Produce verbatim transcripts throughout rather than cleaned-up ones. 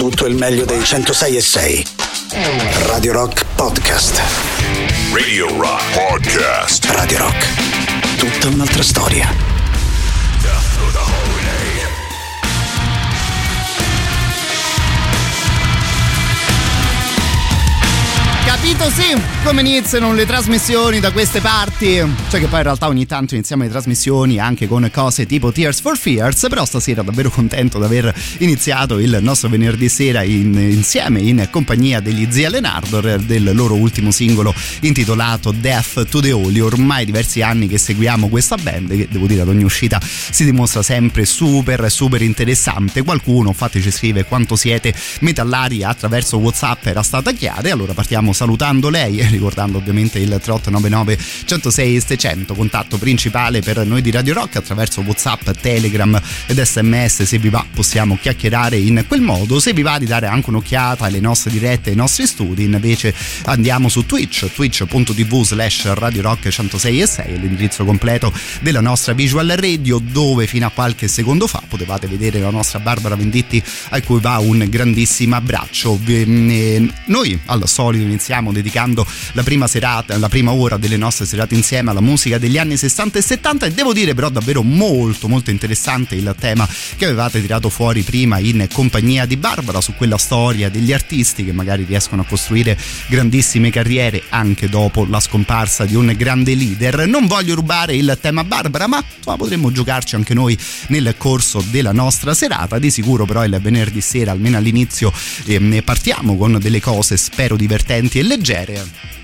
tutto il meglio dei centosei e sei. Radio Rock Podcast. Radio Rock Podcast. Radio Rock. Tutta un'altra storia. Capito, sì, come iniziano le trasmissioni da queste parti, cioè che poi in realtà ogni tanto iniziamo le trasmissioni anche con cose tipo Tears for Fears, però stasera davvero contento di aver iniziato il nostro venerdì sera in, insieme in compagnia degli Zii Alenardor del loro ultimo singolo intitolato Death to the Holy. Ormai diversi anni che seguiamo questa band che devo dire ad ogni uscita si dimostra sempre super super interessante. Qualcuno infatti ci scrive quanto siete metallari attraverso WhatsApp, era stata chiara, e allora partiamo salutando lei e ricordando ovviamente il tre otto nove nove uno zero sei seicento, contatto principale per noi di Radio Rock attraverso WhatsApp, Telegram ed S M S. Se vi va possiamo chiacchierare in quel modo, se vi va di dare anche un'occhiata alle nostre dirette, ai nostri studi, invece andiamo su Twitch, twitch punto tv slash Radio Rock centosei e sei, l'indirizzo completo della nostra visual radio, dove fino a qualche secondo fa potevate vedere la nostra Barbara Venditti, a cui va un grandissimo abbraccio. Noi al solito iniziamo dedicando la prima serata, la prima ora delle nostre serate insieme alla musica degli anni sessanta e settanta, e devo dire però davvero molto molto interessante il tema che avevate tirato fuori prima in compagnia di Barbara su quella storia degli artisti che magari riescono a costruire grandissime carriere anche dopo la scomparsa di un grande leader. Non voglio rubare il tema Barbara, ma insomma, potremmo giocarci anche noi nel corso della nostra serata. Di sicuro però il venerdì sera, almeno all'inizio, eh, partiamo con delle cose spero divertenti e leggere.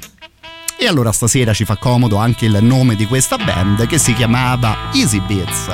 E allora stasera ci fa comodo anche il nome di questa band, che si chiamava Easy Beats.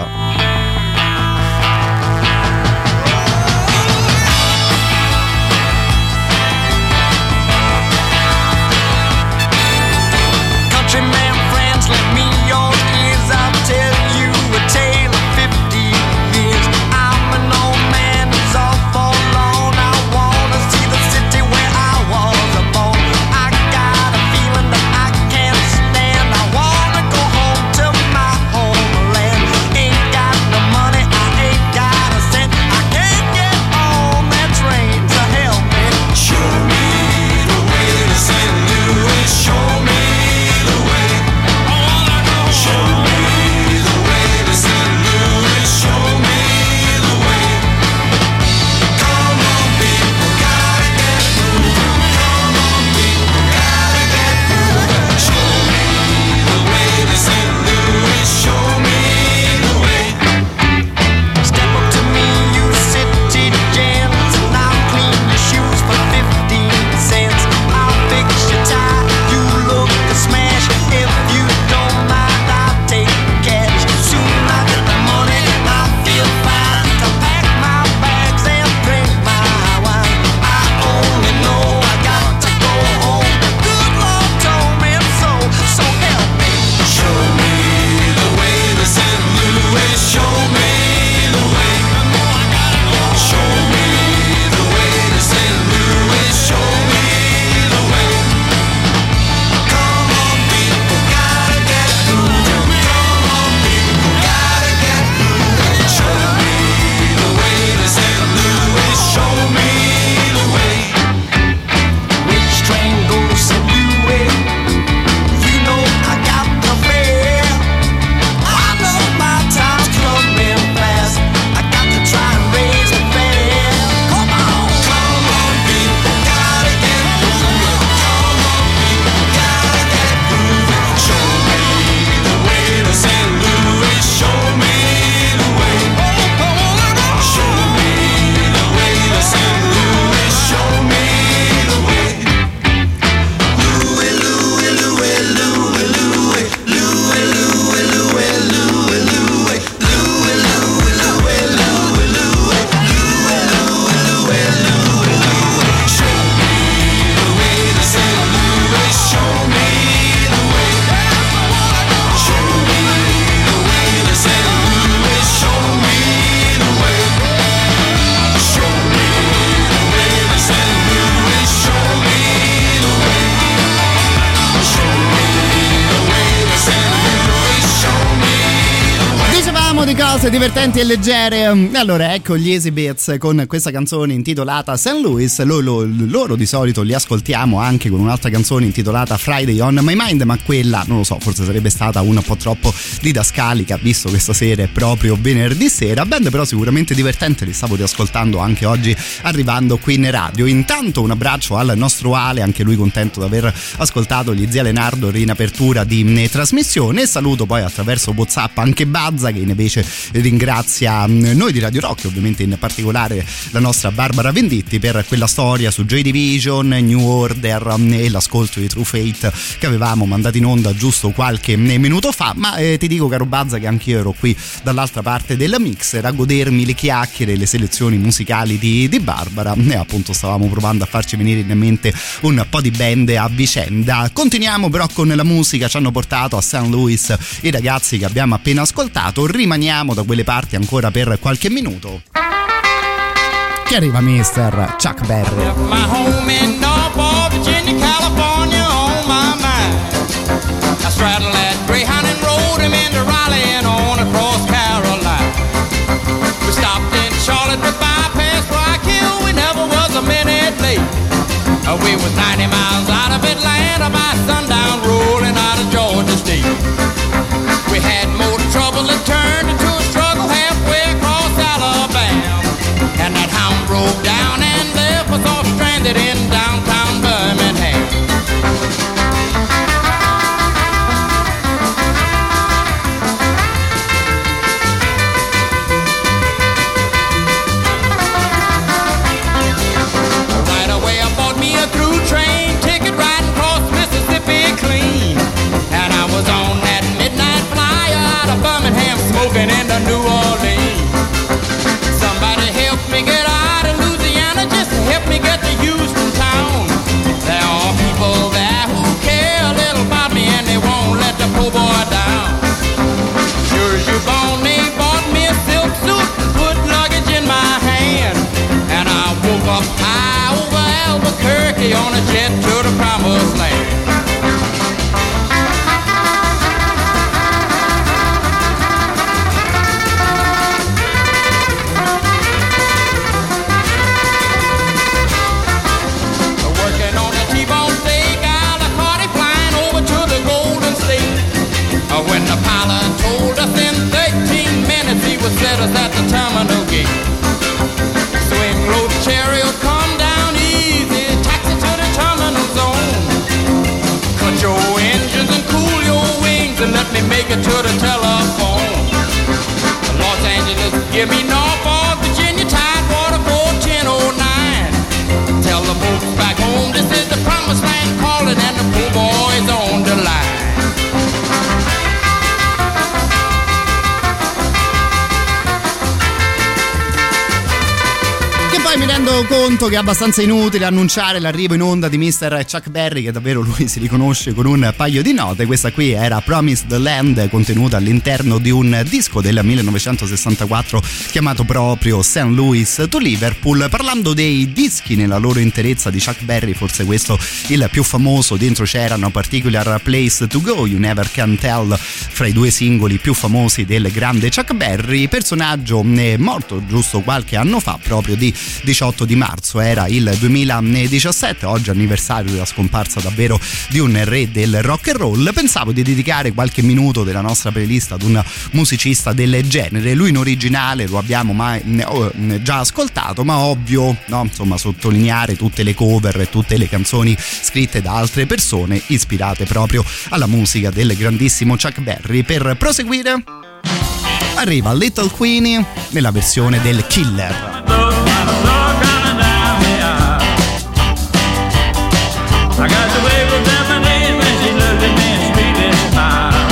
Got cose divertenti e leggere. Allora, ecco gli Easy Beats con questa canzone intitolata Saint Louis. Loro, loro di solito li ascoltiamo anche con un'altra canzone intitolata Friday on My Mind, ma quella, non lo so, forse sarebbe stata un po' troppo didascalica, visto che stasera è proprio venerdì sera. Band però sicuramente divertente, li stavo riascoltando anche oggi arrivando qui in radio. Intanto un abbraccio al nostro Ale, anche lui contento di aver ascoltato gli Zia Leonardo in apertura di trasmissione, e saluto poi attraverso WhatsApp anche Bazza, che invece ringrazia noi di Radio Rock, ovviamente in particolare la nostra Barbara Venditti, per quella storia su Joy Division, New Order e l'ascolto di True Fate che avevamo mandato in onda giusto qualche minuto fa. Ma eh, ti dico, caro Bazza, che anch'io ero qui dall'altra parte della mixer a godermi le chiacchiere e le selezioni musicali di, di Barbara, e appunto stavamo provando a farci venire in mente un po' di band a vicenda. Continuiamo però con la musica, ci hanno portato a Saint Louis i ragazzi che abbiamo appena ascoltato. Rimaniamo da quelle parti ancora per qualche minuto, che arriva mister Chuck Berry. My home in Norfolk, Virginia, California on my mind. I straddled that Greyhound and rode him into Raleigh and on across Carolina. We stopped in Charlotte with bypass Rockhill. We never was a minute late. We was ninety miles out of Atlanta by sundown, rolling out of Georgia State. We had more trouble that turned into a struggle halfway across Alabama. And that hound broke down and left us all stranded in downtown Birmingham. Right away I bought me a through train ticket riding across Mississippi clean. And I was on that midnight flyer out of Birmingham, smoking into New Orleans. Somebody help me get out of Louisiana, just help me get to Houston town. There are people there who care a little about me, and they won't let the poor boy down. Sure as you're born, they bought me a silk suit and put luggage in my hand. And I woke up high over Albuquerque on a jet to the promised land. When the pilot told us in thirteen minutes he would set us at the terminal gate. Swing low chariot, come down easy, taxi to the terminal zone. Cut your engines and cool your wings and let me make it to the telephone. Los Angeles, give me Norfolk, Virginia, Tidewater, fourteen oh nine. Tell the folks back home this is the promised land calling, and the poor boys on the line. Poi mi rendo conto che è abbastanza inutile annunciare l'arrivo in onda di mister Chuck Berry, che davvero lui si riconosce con un paio di note. Questa qui era Promised Land, contenuta all'interno di un disco del millenovecentosessantaquattro chiamato proprio Saint Louis to Liverpool. Parlando dei dischi nella loro interezza di Chuck Berry, forse questo il più famoso. Dentro c'erano Particular Place to Go, You Never Can Tell, fra i due singoli più famosi del grande Chuck Berry, personaggio morto giusto qualche anno fa, proprio di diciotto di marzo, era il duemiladiciassette, oggi anniversario della scomparsa davvero di un re del rock and roll. Pensavo di dedicare qualche minuto della nostra playlist ad un musicista del genere. Lui in originale lo abbiamo mai, già ascoltato, ma ovvio, no? Insomma, sottolineare tutte le cover e tutte le canzoni scritte da altre persone ispirate proprio alla musica del grandissimo Chuck Berry. Per proseguire arriva Little Queenie nella versione del Killer. I got to wave with lemonade when she looked at me and sweetly smiled.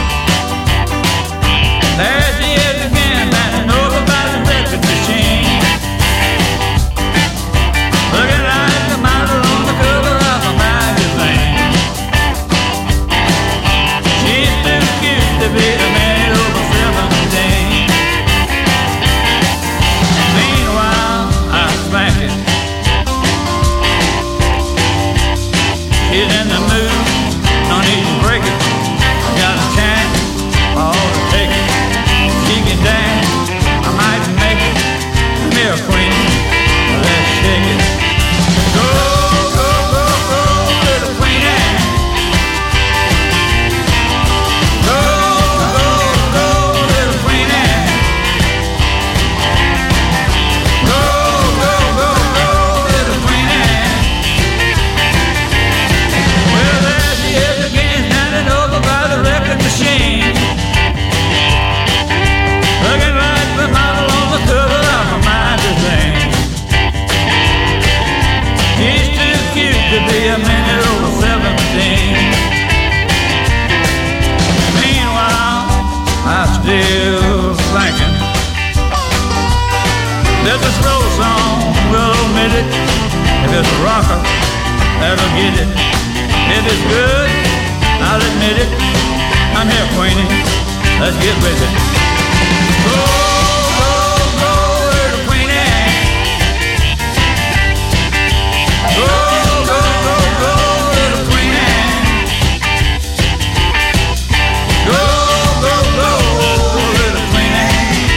There she is again, laughing over by the breakfast machine. Looking like a model on the cover of a magazine. She's too cute to be a man over seventeen. Meanwhile admit it. If it's a rocker, that'll get it. If it's good, I'll admit it. I'm here, Queenie, let's get with it. Go, go, go, little Queenie. Go, go, go, go, little Queenie. Go, go, go, little Queenie.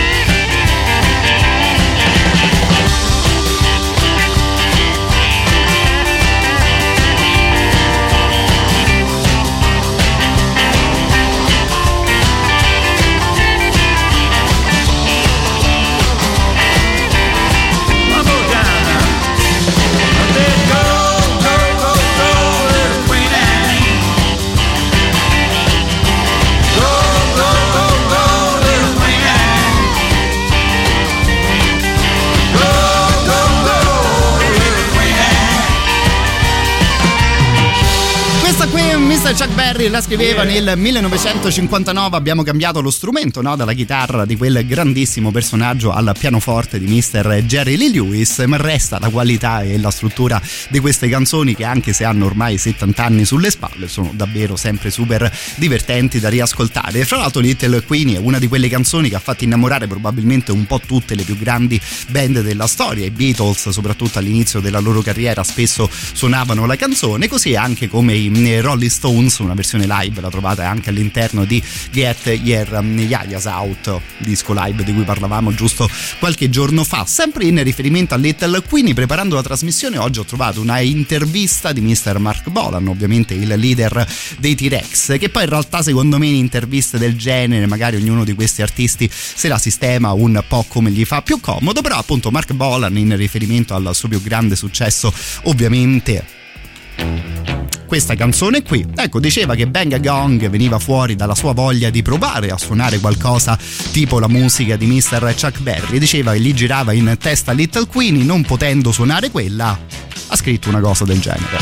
mister Chuck Berry la scriveva nel millenovecentocinquantanove. Abbiamo cambiato lo strumento, no? Dalla chitarra di quel grandissimo personaggio al pianoforte di mister Jerry Lee Lewis, ma resta la qualità e la struttura di queste canzoni che, anche se hanno ormai settanta anni sulle spalle, sono davvero sempre super divertenti da riascoltare. E fra l'altro Little Queenie è una di quelle canzoni che ha fatto innamorare probabilmente un po' tutte le più grandi band della storia. I Beatles, soprattutto all'inizio della loro carriera, spesso suonavano la canzone, così anche come i Rolling Stones. Una versione live la trovate anche all'interno di Get Your Yayas Out, disco live di cui parlavamo giusto qualche giorno fa. Sempre in riferimento a Little Queenie, preparando la trasmissione oggi ho trovato una intervista di mister Mark Bolan, ovviamente il leader dei T-Rex, che poi in realtà secondo me in interviste del genere magari ognuno di questi artisti se la sistema un po' come gli fa più comodo, però appunto Mark Bolan, in riferimento al suo più grande successo, ovviamente questa canzone qui, ecco, diceva che Bang a Gong veniva fuori dalla sua voglia di provare a suonare qualcosa tipo la musica di mister Chuck Berry. Diceva che gli girava in testa Little Queenie, non potendo suonare quella, ha scritto una cosa del genere.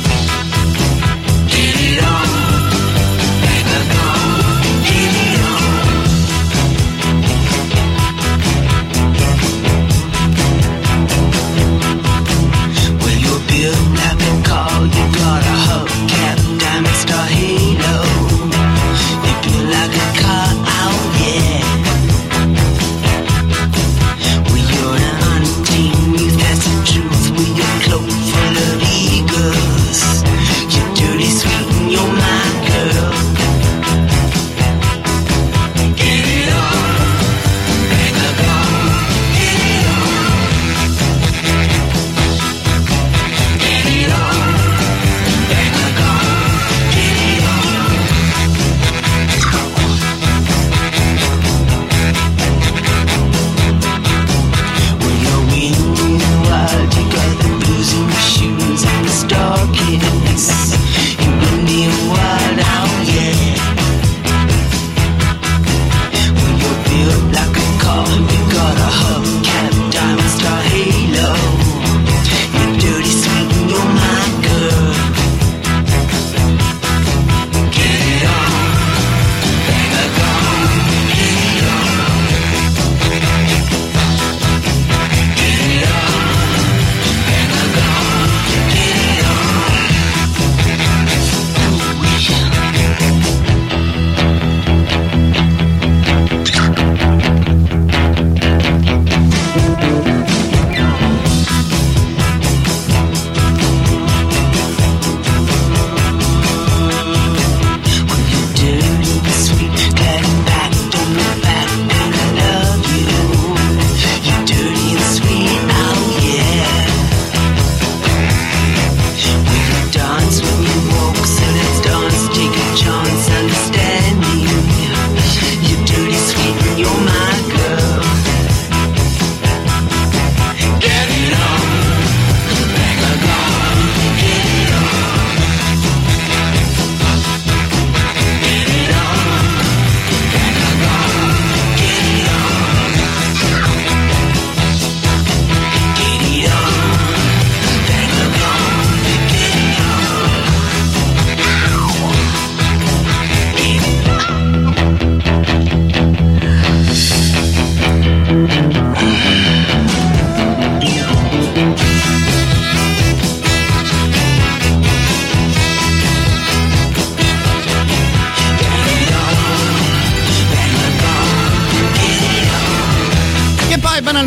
Get it on.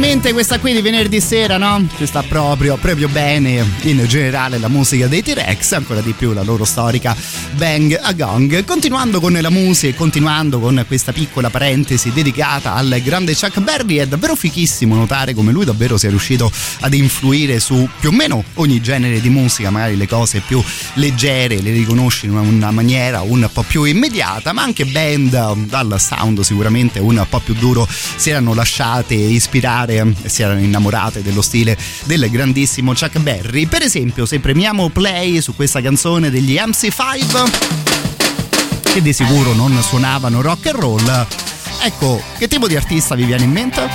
Finalmente questa qui di venerdì sera, no? Ci sta proprio, proprio bene in generale la musica dei T-Rex, ancora di più la loro storica Bang a Gong. Continuando con la musica e continuando con questa piccola parentesi dedicata al grande Chuck Berry, è davvero fichissimo notare come lui davvero sia riuscito ad influire su più o meno ogni genere di musica. Magari le cose più leggere le riconosci in una maniera un po' più immediata, ma anche band dal sound sicuramente un po' più duro si erano lasciate ispirare e si erano innamorate dello stile del grandissimo Chuck Berry. Per esempio, se premiamo play su questa canzone degli M C cinque, che di sicuro non suonavano rock and roll, ecco, che tipo di artista vi viene in mente? I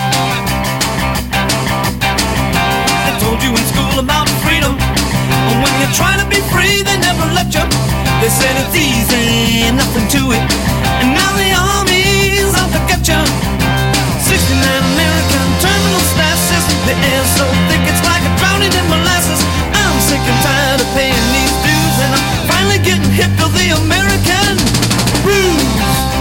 told you in school about freedom. When you're trying to be free, they never let you. They said it's easy, nothing to it. And now the army's out to get you. sixty-nine American terminal stashes. The air's so thick it's like a drowning in molasses. I'm sick and tired of paying these dues, and I'm finally getting hip to the American blues.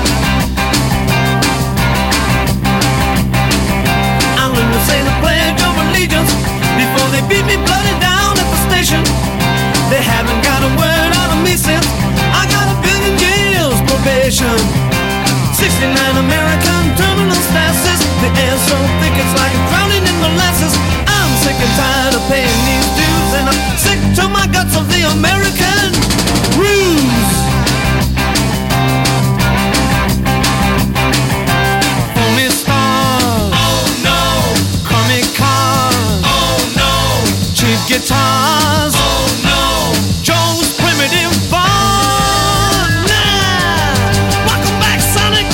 I learned to say the Pledge of Allegiance before they beat me bloody down at the station. They haven't got a word out of me since I got a billion jails probation. sixty-nine American terminal stashes. The air's so thick it's like drowning in molasses. I'm sick and tired of paying these dues, and I'm sick to my guts of the American blues. Phone me stars, oh no. Call me cars, oh no. Cheap guitars, oh no. Joe's primitive bar, nah. Welcome back, Sonic.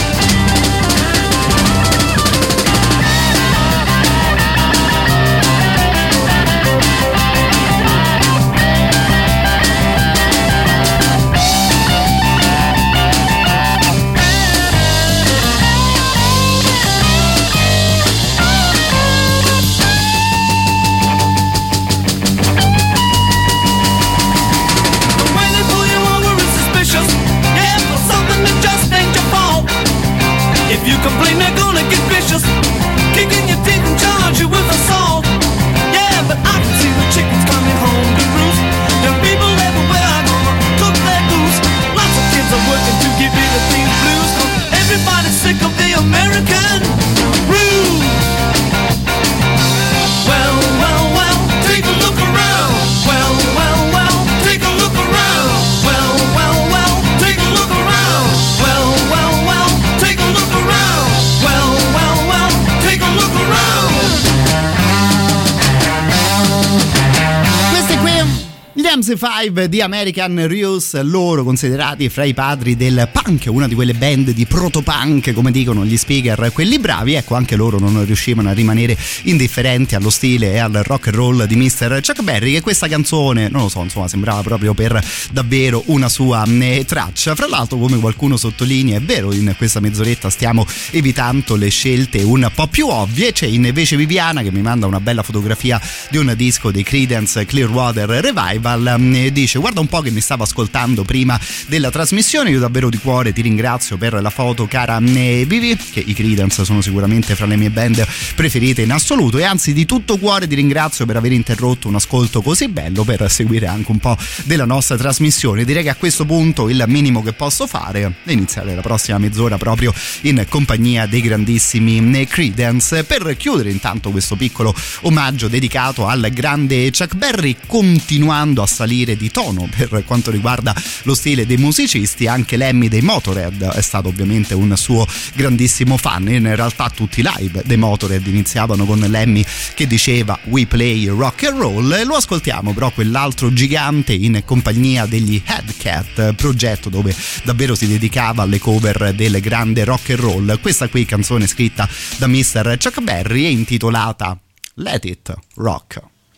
If you complain, they're gonna get vicious, kicking your teeth and charge you with assault. Yeah, but I can see the chickens coming home to roost. There are people everywhere are gonna cook their goose. Lots of kids are working to get rid of these blues, 'cause everybody's sick of the American blues. Well, well, well, take a look around. Well, well, well, take a look around. Well, well, well, take a look around. Well, well, well, take a look around. Well, well, well, take a look around. Questi qui gli M C cinque di American Ruse, loro considerati fra i padri del punk, una di quelle band di proto-punk, come dicono gli speaker, quelli bravi. Ecco, anche loro non riuscivano a rimanere indifferenti allo stile e al rock and roll di mister Chuck Berry, che questa canzone, non lo so, insomma, sembrava proprio per davvero una sua eh, traccia. Fra l'altro, come qualcuno sottolinea, è vero, in questa mezz'oretta stiamo evitando le scelte un po' più ovvie. C'è invece Viviana che mi manda una bella fotografia di un disco dei Creedence Clearwater Revival. Dice: guarda un po' che mi stavo ascoltando prima della trasmissione, io davvero di cuore ti ringrazio per la foto, cara Vivi, che i Creedence sono sicuramente fra le mie band preferite in assoluto, e anzi di tutto cuore ti ringrazio per aver interrotto un ascolto così bello per seguire anche un po' della nostra trasmissione. Direi che a questo punto il minimo che posso fare è iniziare la prossima mezz'ora proprio in compagnia dei grandissimi Creedence, per chiudere intanto questo piccolo omaggio dedicato al grande Chuck Berry, continuando a salire di tono per quanto riguarda lo stile dei musicisti. Anche Lemmy dei Motorhead è stato ovviamente un suo grandissimo fan. In realtà tutti i live dei Motorhead iniziavano con Lemmy che diceva "We play rock and roll", lo ascoltiamo però quell'altro gigante in compagnia degli Headcat, progetto dove davvero si dedicava alle cover del grande rock and roll. Questa qui, canzone scritta da mister Chuck Berry, è intitolata Let It Rock.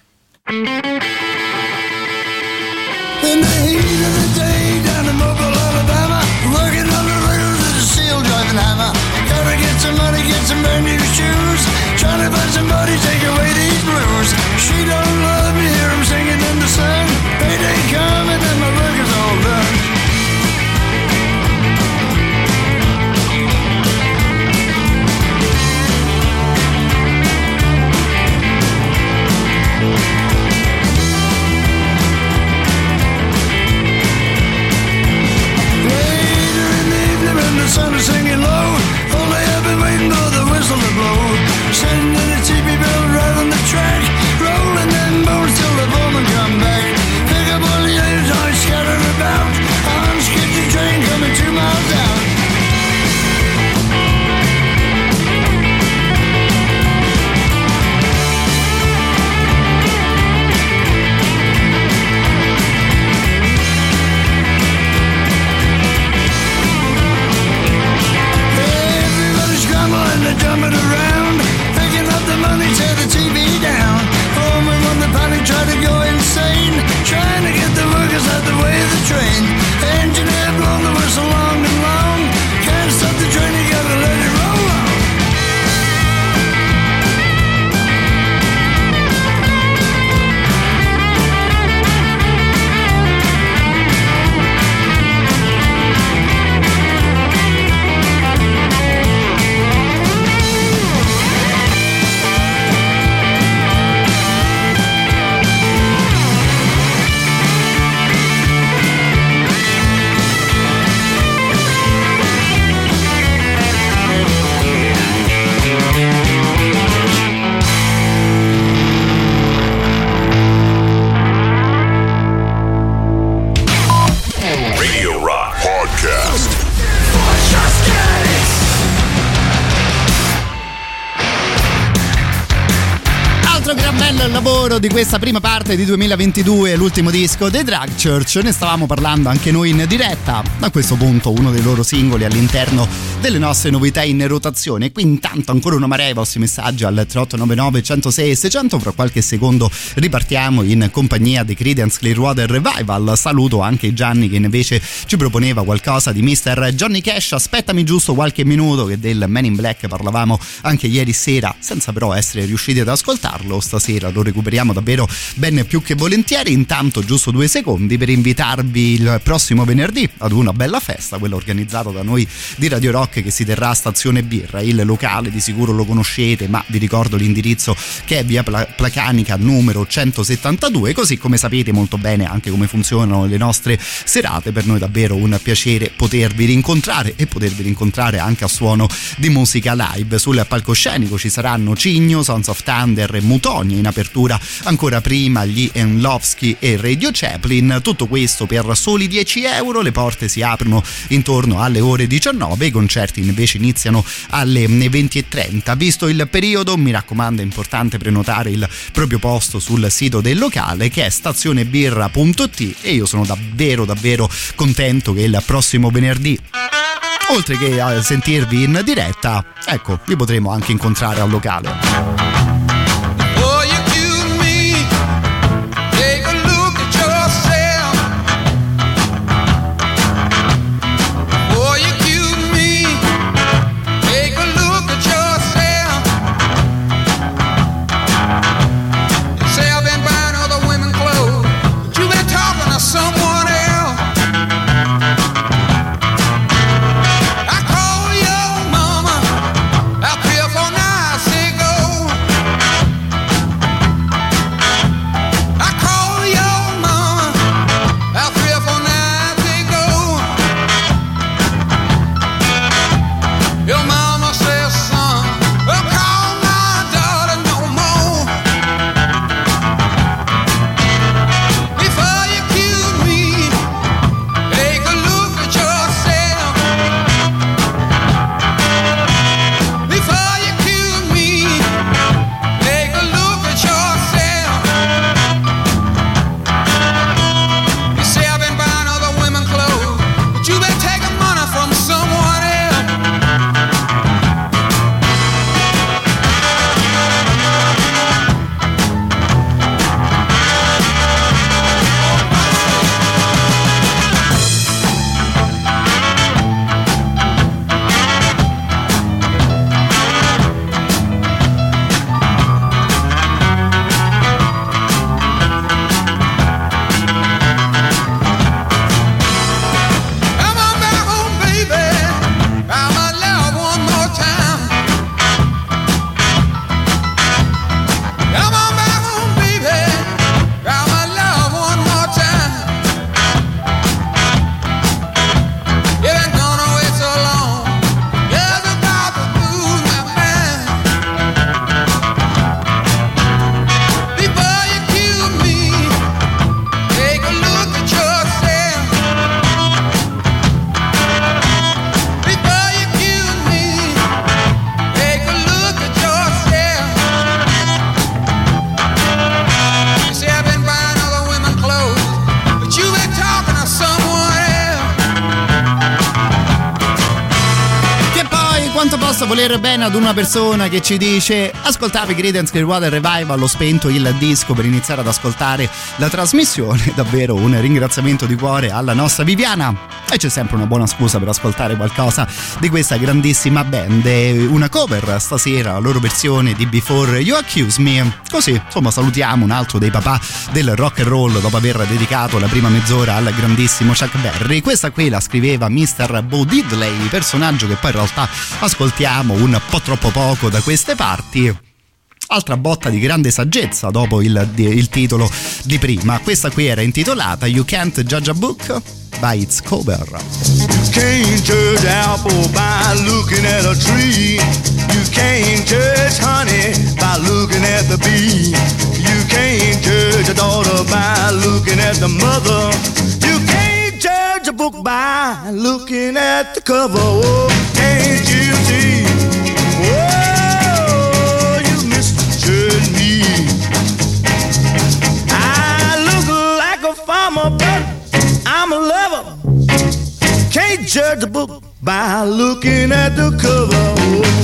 In the heat of the day, down in Mobile, Alabama, working on the rails with a steel driving hammer. Gotta get some money, get some brand new shoes. Trying to find somebody, take away these blues. She don't love me, hear 'em singing in the sun. Payday coming and my work is all done. lavoro di questa prima parte di duemilaventidue, l'ultimo disco dei Drag Church. Ne stavamo parlando anche noi in diretta. A questo punto uno dei loro singoli all'interno delle nostre novità in rotazione. Qui intanto ancora una marea ai vostri messaggi al tre otto nove nove, centosei e seicento. Fra qualche secondo ripartiamo in compagnia di Creedence Clearwater Revival. Saluto anche Gianni che invece ci proponeva qualcosa di mister Johnny Cash. Aspettami giusto qualche minuto, che del Man in Black parlavamo anche ieri sera senza però essere riusciti ad ascoltarlo. Stasera lo recuperiamo davvero ben più che volentieri. Intanto giusto due secondi per invitarvi il prossimo venerdì ad una bella festa, quella organizzata da noi di Radio Rock, che si terrà a Stazione Birra. Il locale di sicuro lo conoscete, ma vi ricordo l'indirizzo che è via Pla- Placanica numero centosettantadue, così come sapete molto bene anche come funzionano le nostre serate. Per noi davvero un piacere potervi rincontrare e potervi rincontrare anche a suono di musica live. Sul palcoscenico ci saranno Cigno, Sons of Thunder e Mutonia, in apertura ancora prima gli Enlovsky e Radio Chaplin. Tutto questo per soli dieci euro. Le porte si aprono intorno alle ore diciannove, i concerti invece iniziano alle venti e trenta. Visto il periodo, mi raccomando, è importante prenotare il proprio posto sul sito del locale, che è stazionebirra punto it, e io sono davvero davvero contento che il prossimo venerdì, oltre che a sentirvi in diretta, ecco, vi potremo anche incontrare al locale. Voler bene ad una persona che ci dice: ascoltavi Creedence Clearwater Revival, ho spento il disco per iniziare ad ascoltare la trasmissione. Davvero un ringraziamento di cuore alla nostra Viviana, e c'è sempre una buona scusa per ascoltare qualcosa di questa grandissima band. Una cover stasera, la loro versione di Before You Accuse Me. Così insomma salutiamo un altro dei papà del rock and roll dopo aver dedicato la prima mezz'ora al grandissimo Chuck Berry. Questa qui la scriveva mister Bo Diddley, personaggio che poi in realtà ascoltiamo un po' troppo poco da queste parti. Altra botta di grande saggezza dopo il, il titolo di prima. Questa qui era intitolata You Can't Judge a Book by its cover. You can't judge apple by looking at a tree. You can't judge honey by looking at the bee. You can't judge a daughter by looking at the mother. You can't judge a book by looking at the cover. Oh, can't you see? Oh, you misjudge me. judge the book by looking at the cover.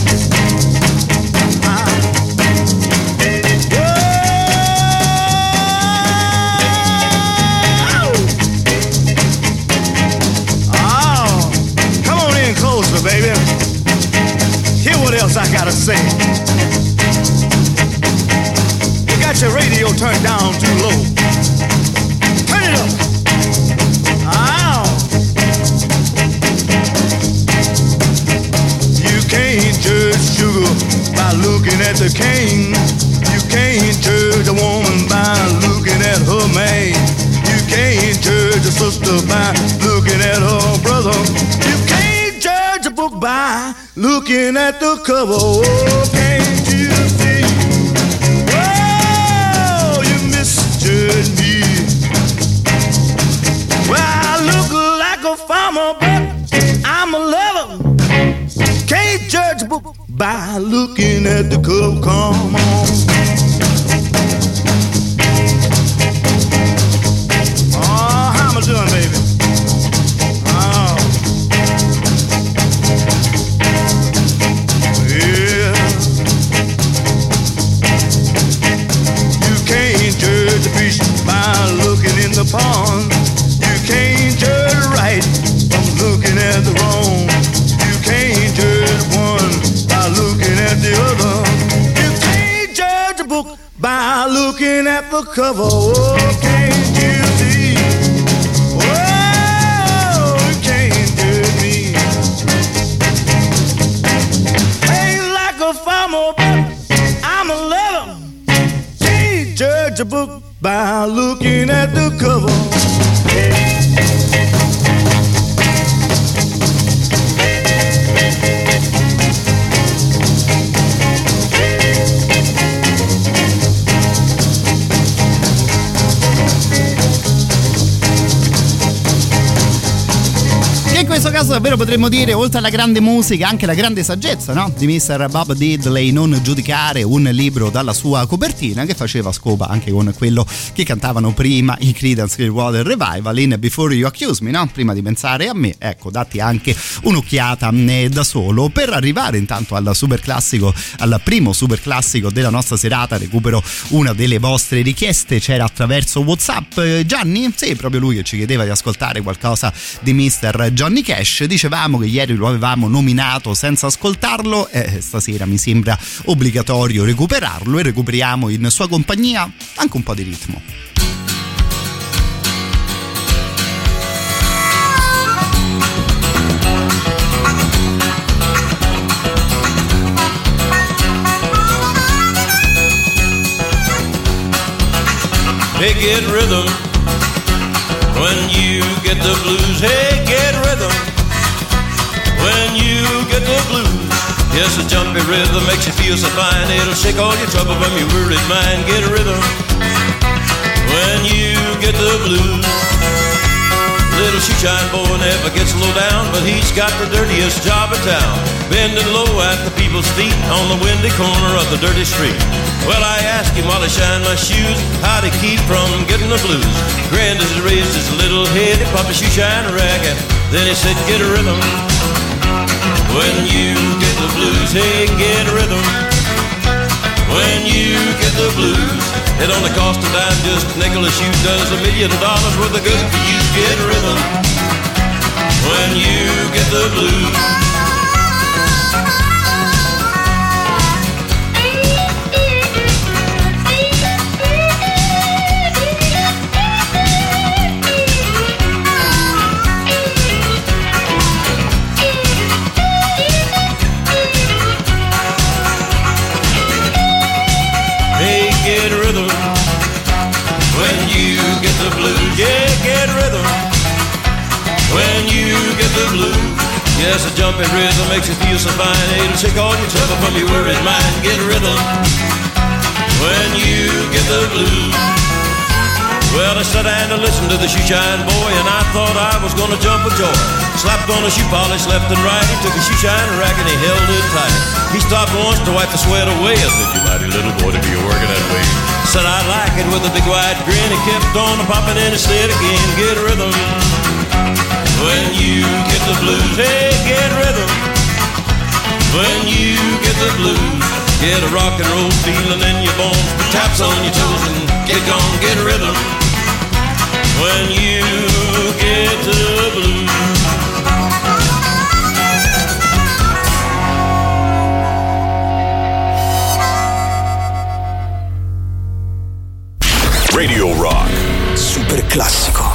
Oh, come on in closer, baby. Hear what else I gotta say. You got your radio turned down too low. Turn it up. Oh. You can't judge sugar by looking at the cane. You can't judge a woman by looking at her man. You can't judge a sister by looking at her brother. You can't judge a book by looking at the cover. Oh, can't you see? Oh, you misjudge me. Well, I look like a farmer, but I'm a lover. Can't judge a book by looking at the cover. Come on. Oh, how am I doing, baby? Oh. Yeah. You can't judge a fish by looking in the pond. You can't judge right from looking at the wrong. You can't judge one by looking at the other. You can't judge a book by looking at the cover. Oh, can't you see? Oh, you can't judge me. Ain't like a farmer, but I'm a lover. Can't judge a book by looking at the cover. In questo caso davvero potremmo dire, oltre alla grande musica, anche la grande saggezza, no? Di mister Bob Diddley, non giudicare un libro dalla sua copertina, che faceva scopa anche con quello che cantavano prima i Creedence Clearwater Revival in Before You Accuse Me, no? Prima di pensare a me, ecco, datti anche un'occhiata da solo. Per arrivare intanto al super classico, al primo super classico della nostra serata, recupero una delle vostre richieste, c'era attraverso WhatsApp. Gianni? Sì, proprio lui che ci chiedeva di ascoltare qualcosa di mister Johnny Cash. Dicevamo che ieri lo avevamo nominato senza ascoltarlo e stasera mi sembra obbligatorio recuperarlo, e recuperiamo in sua compagnia anche un po' di ritmo. Hey, get rhythm when you get the blues. Hey, get rhythm when you get the blues. Yes, a jumpy rhythm makes you feel so fine. It'll shake all your trouble from your worried mind. Get rhythm when you get the blues. Little shoeshine boy never gets low down, but he's got the dirtiest job in town, bending low at the people's feet on the windy corner of the dirty street. Well, I asked him while he shined my shoes how to keep from getting the blues. Grinned as he raised his little head, he popped a shoeshine rag, and then he said, get a rhythm when you get the blues. Hey, get a rhythm when you get the blues. It only costs a dime, just a nickel a shoe, does a million dollars worth of good for you. Get a rhythm when you get the blues. Hey, get a rhythm when you get the blues. Yeah, get rhythm when you get the blues. Yes, a jumping rhythm makes you feel so fine. It'll shake all your trouble from your worried mind. Get rhythm when you get the blues. Well, I sat down to listen to the shoeshine boy, and I thought I was gonna jump with joy. Slapped on the shoe polish left and right. He took a shoeshine rack and he held it tight. He stopped once to wipe the sweat away. I said, you mighty little boy to be working that way. Said I like it with a big wide grin. He kept on popping in his sled again. Get rhythm when you get the blues. Hey, get rhythm when you get the blues. Get a rock and roll feeling in your bones, put taps on your toes and get gone, get rhythm when you get the blues. Radio Rock. Super classico.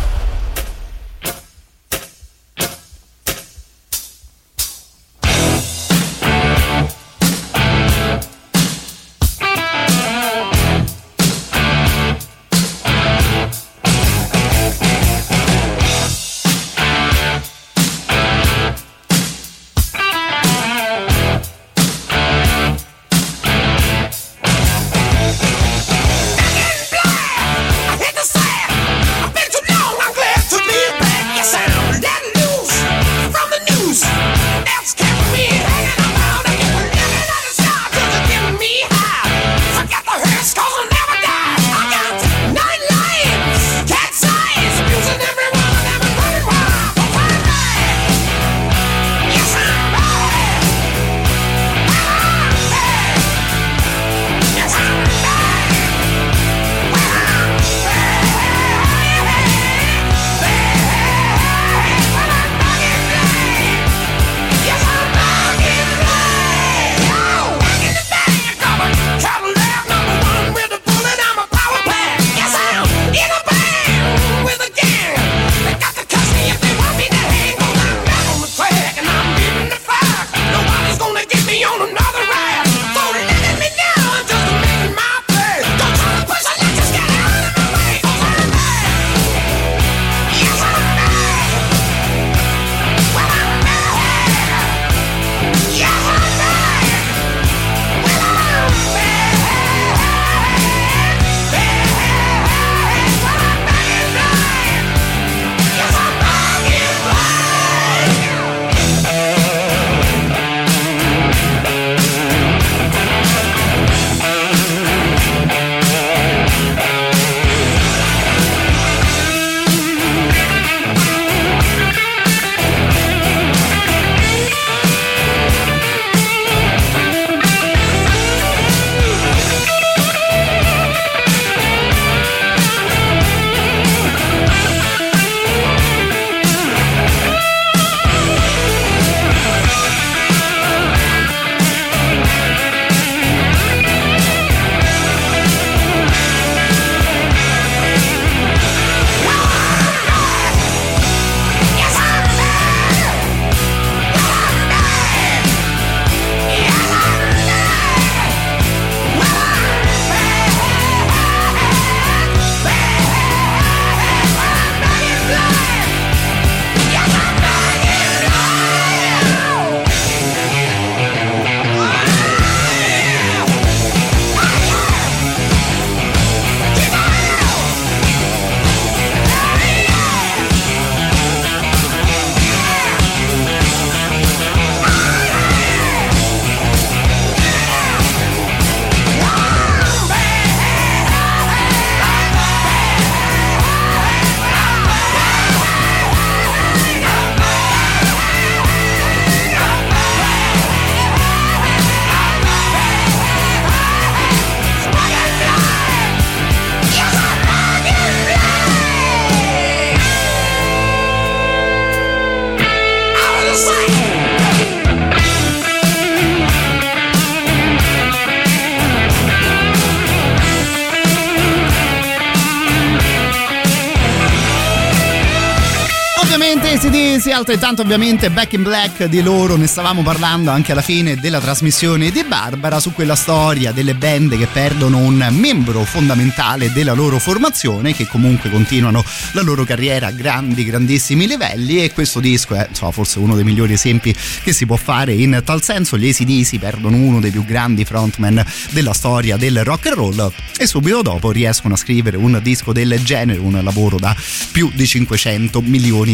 A C D C, altrettanto ovviamente Back in Black, di loro ne stavamo parlando anche alla fine della trasmissione di Barbara, su quella storia delle band che perdono un membro fondamentale della loro formazione, che comunque continuano la loro carriera a grandi grandissimi livelli, e questo disco è insomma, forse uno dei migliori esempi che si può fare in tal senso. Gli A C D C perdono uno dei più grandi frontman della storia del rock and roll e subito dopo riescono a scrivere un disco del genere, un lavoro da più di cinquecento milioni di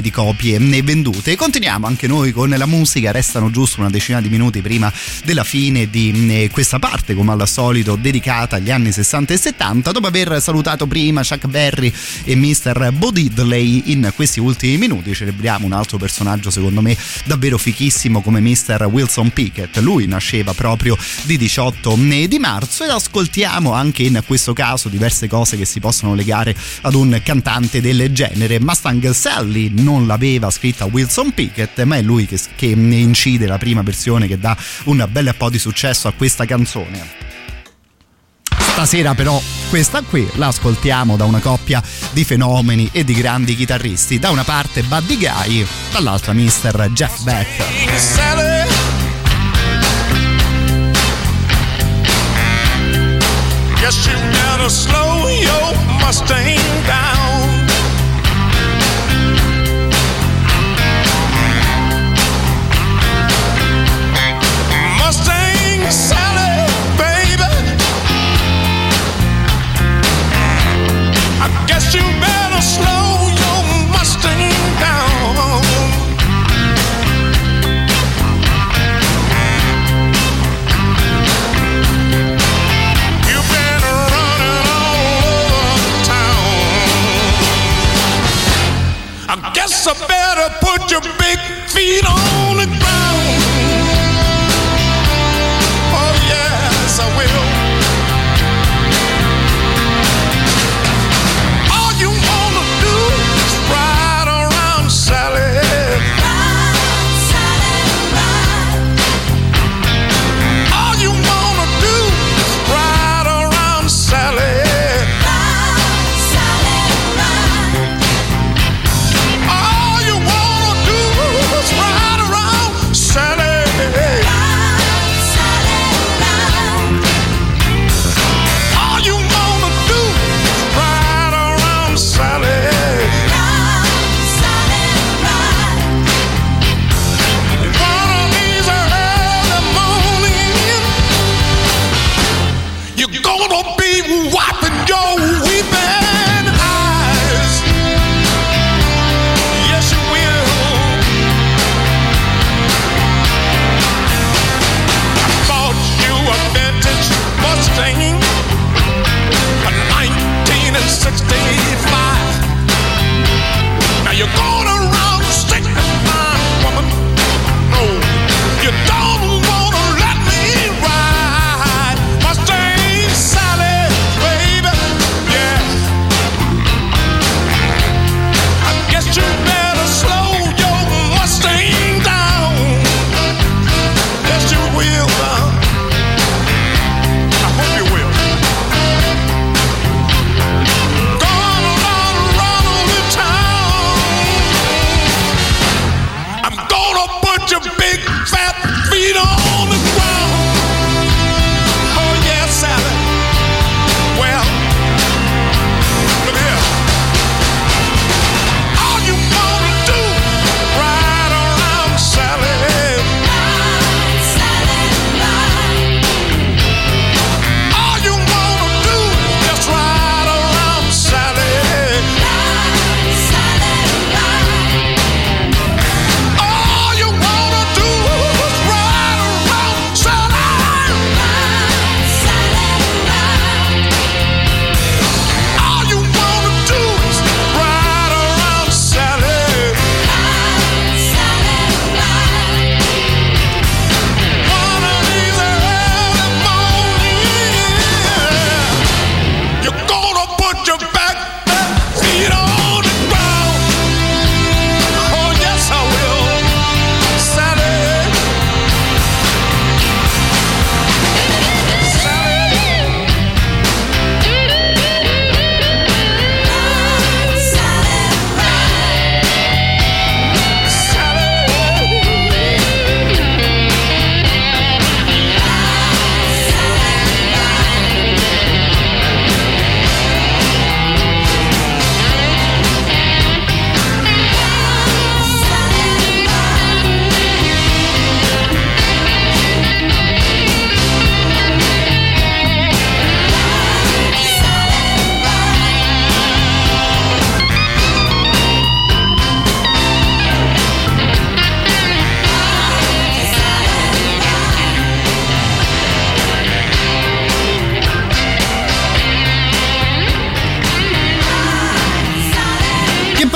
di copie vendute. Continuiamo anche noi con la musica, restano giusto una decina di minuti prima della fine di questa parte, come al solito dedicata agli anni sessanta e settanta. Dopo aver salutato prima Chuck Berry e mister Bo Diddley, in questi ultimi minuti celebriamo un altro personaggio secondo me davvero fichissimo come mister Wilson Pickett. Lui nasceva proprio di diciotto di marzo ed ascoltiamo anche in questo caso diverse cose che si possono legare ad un cantante del genere. Mustang Sally non l'aveva scritta Wilson Pickett, ma è lui che, che incide la prima versione che dà un bel po' di successo a questa canzone. Stasera però questa qui l'ascoltiamo da una coppia di fenomeni e di grandi chitarristi, da una parte Buddy Guy, dall'altra mister Jeff Beck. Guess you better slow your Mustang down. Mustang Sally, baby, I guess you better slow your Mustang down. You've been running all over town. I guess I better put your big feet on the ground. Oh yes, I will. All you wanna do is ride around Sally. Ride, Sally, ride. All you wanna do is ride around Sally. Ride, Sally, ride. All you wanna do is ride around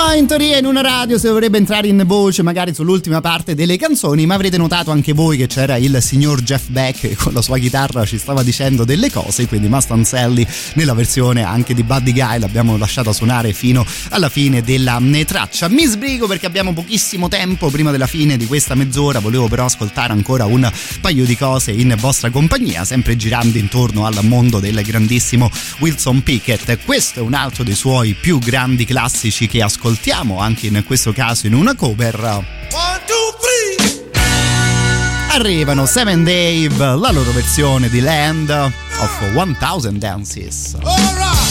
Ma in teoria in una radio si dovrebbe entrare in voce magari sull'ultima parte delle canzoni, ma avrete notato anche voi che c'era il signor Jeff Beck che con la sua chitarra ci stava dicendo delle cose, quindi Mustang Sally nella versione anche di Buddy Guy l'abbiamo lasciata suonare fino alla fine della traccia. Mi sbrigo perché abbiamo pochissimo tempo prima della fine di questa mezz'ora, volevo però ascoltare ancora un paio di cose in vostra compagnia, sempre girando intorno al mondo del grandissimo Wilson Pickett. Questo è un altro dei suoi più grandi classici che ascoltiamo anche in questo caso in una cover. One, two, three. Arrivano Seven Dave, la loro versione di Land of one thousand Dances. All right.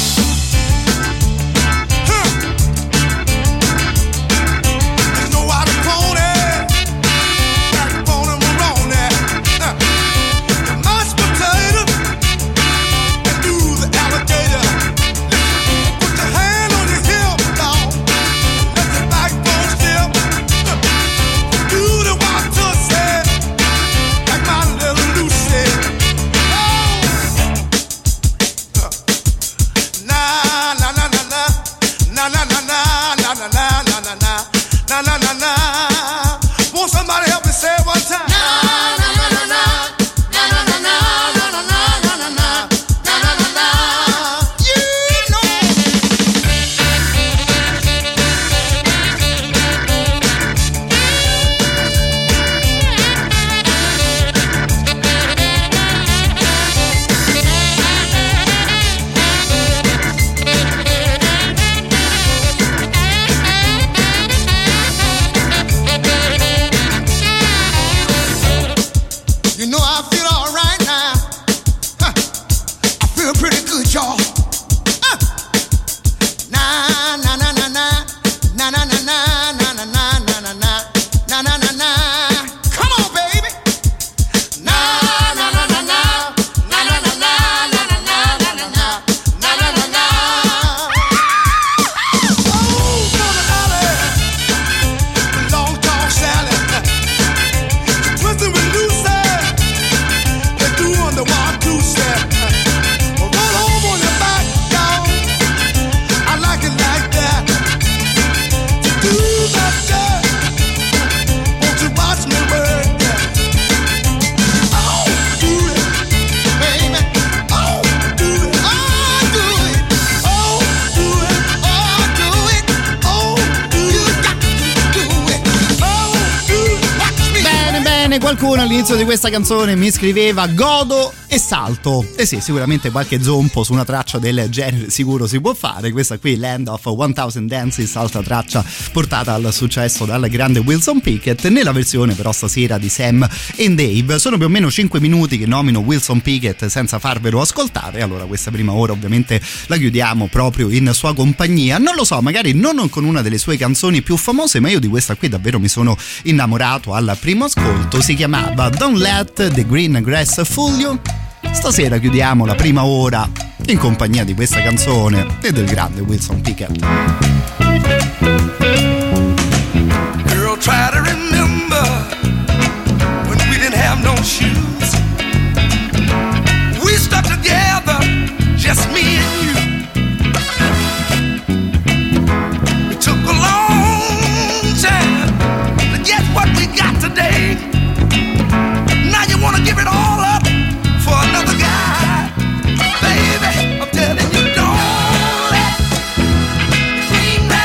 Qualcuno all'inizio di questa canzone mi scriveva godo e salto, e sì, sicuramente qualche zompo su una traccia del genere sicuro si può fare. Questa qui, Land of one thousand Dances, altra traccia portata al successo dal grande Wilson Pickett, nella versione però stasera di Sam and Dave. Sono più o meno cinque minuti che nomino Wilson Pickett senza farvelo ascoltare, allora questa prima ora ovviamente la chiudiamo proprio in sua compagnia. Non lo so, magari non con una delle sue canzoni più famose, ma io di questa qui davvero mi sono innamorato al primo ascolto. Si chiamava Don't Let the Green Grass Fool You. Stasera chiudiamo la prima ora in compagnia di questa canzone e del grande Wilson Pickett. Girl, try to remember when we didn't have no shoes. We stuck together, just me and you. It took a long time to get what we got today. Now you wanna give it all up for another guy. Baby, I'm telling you, don't let green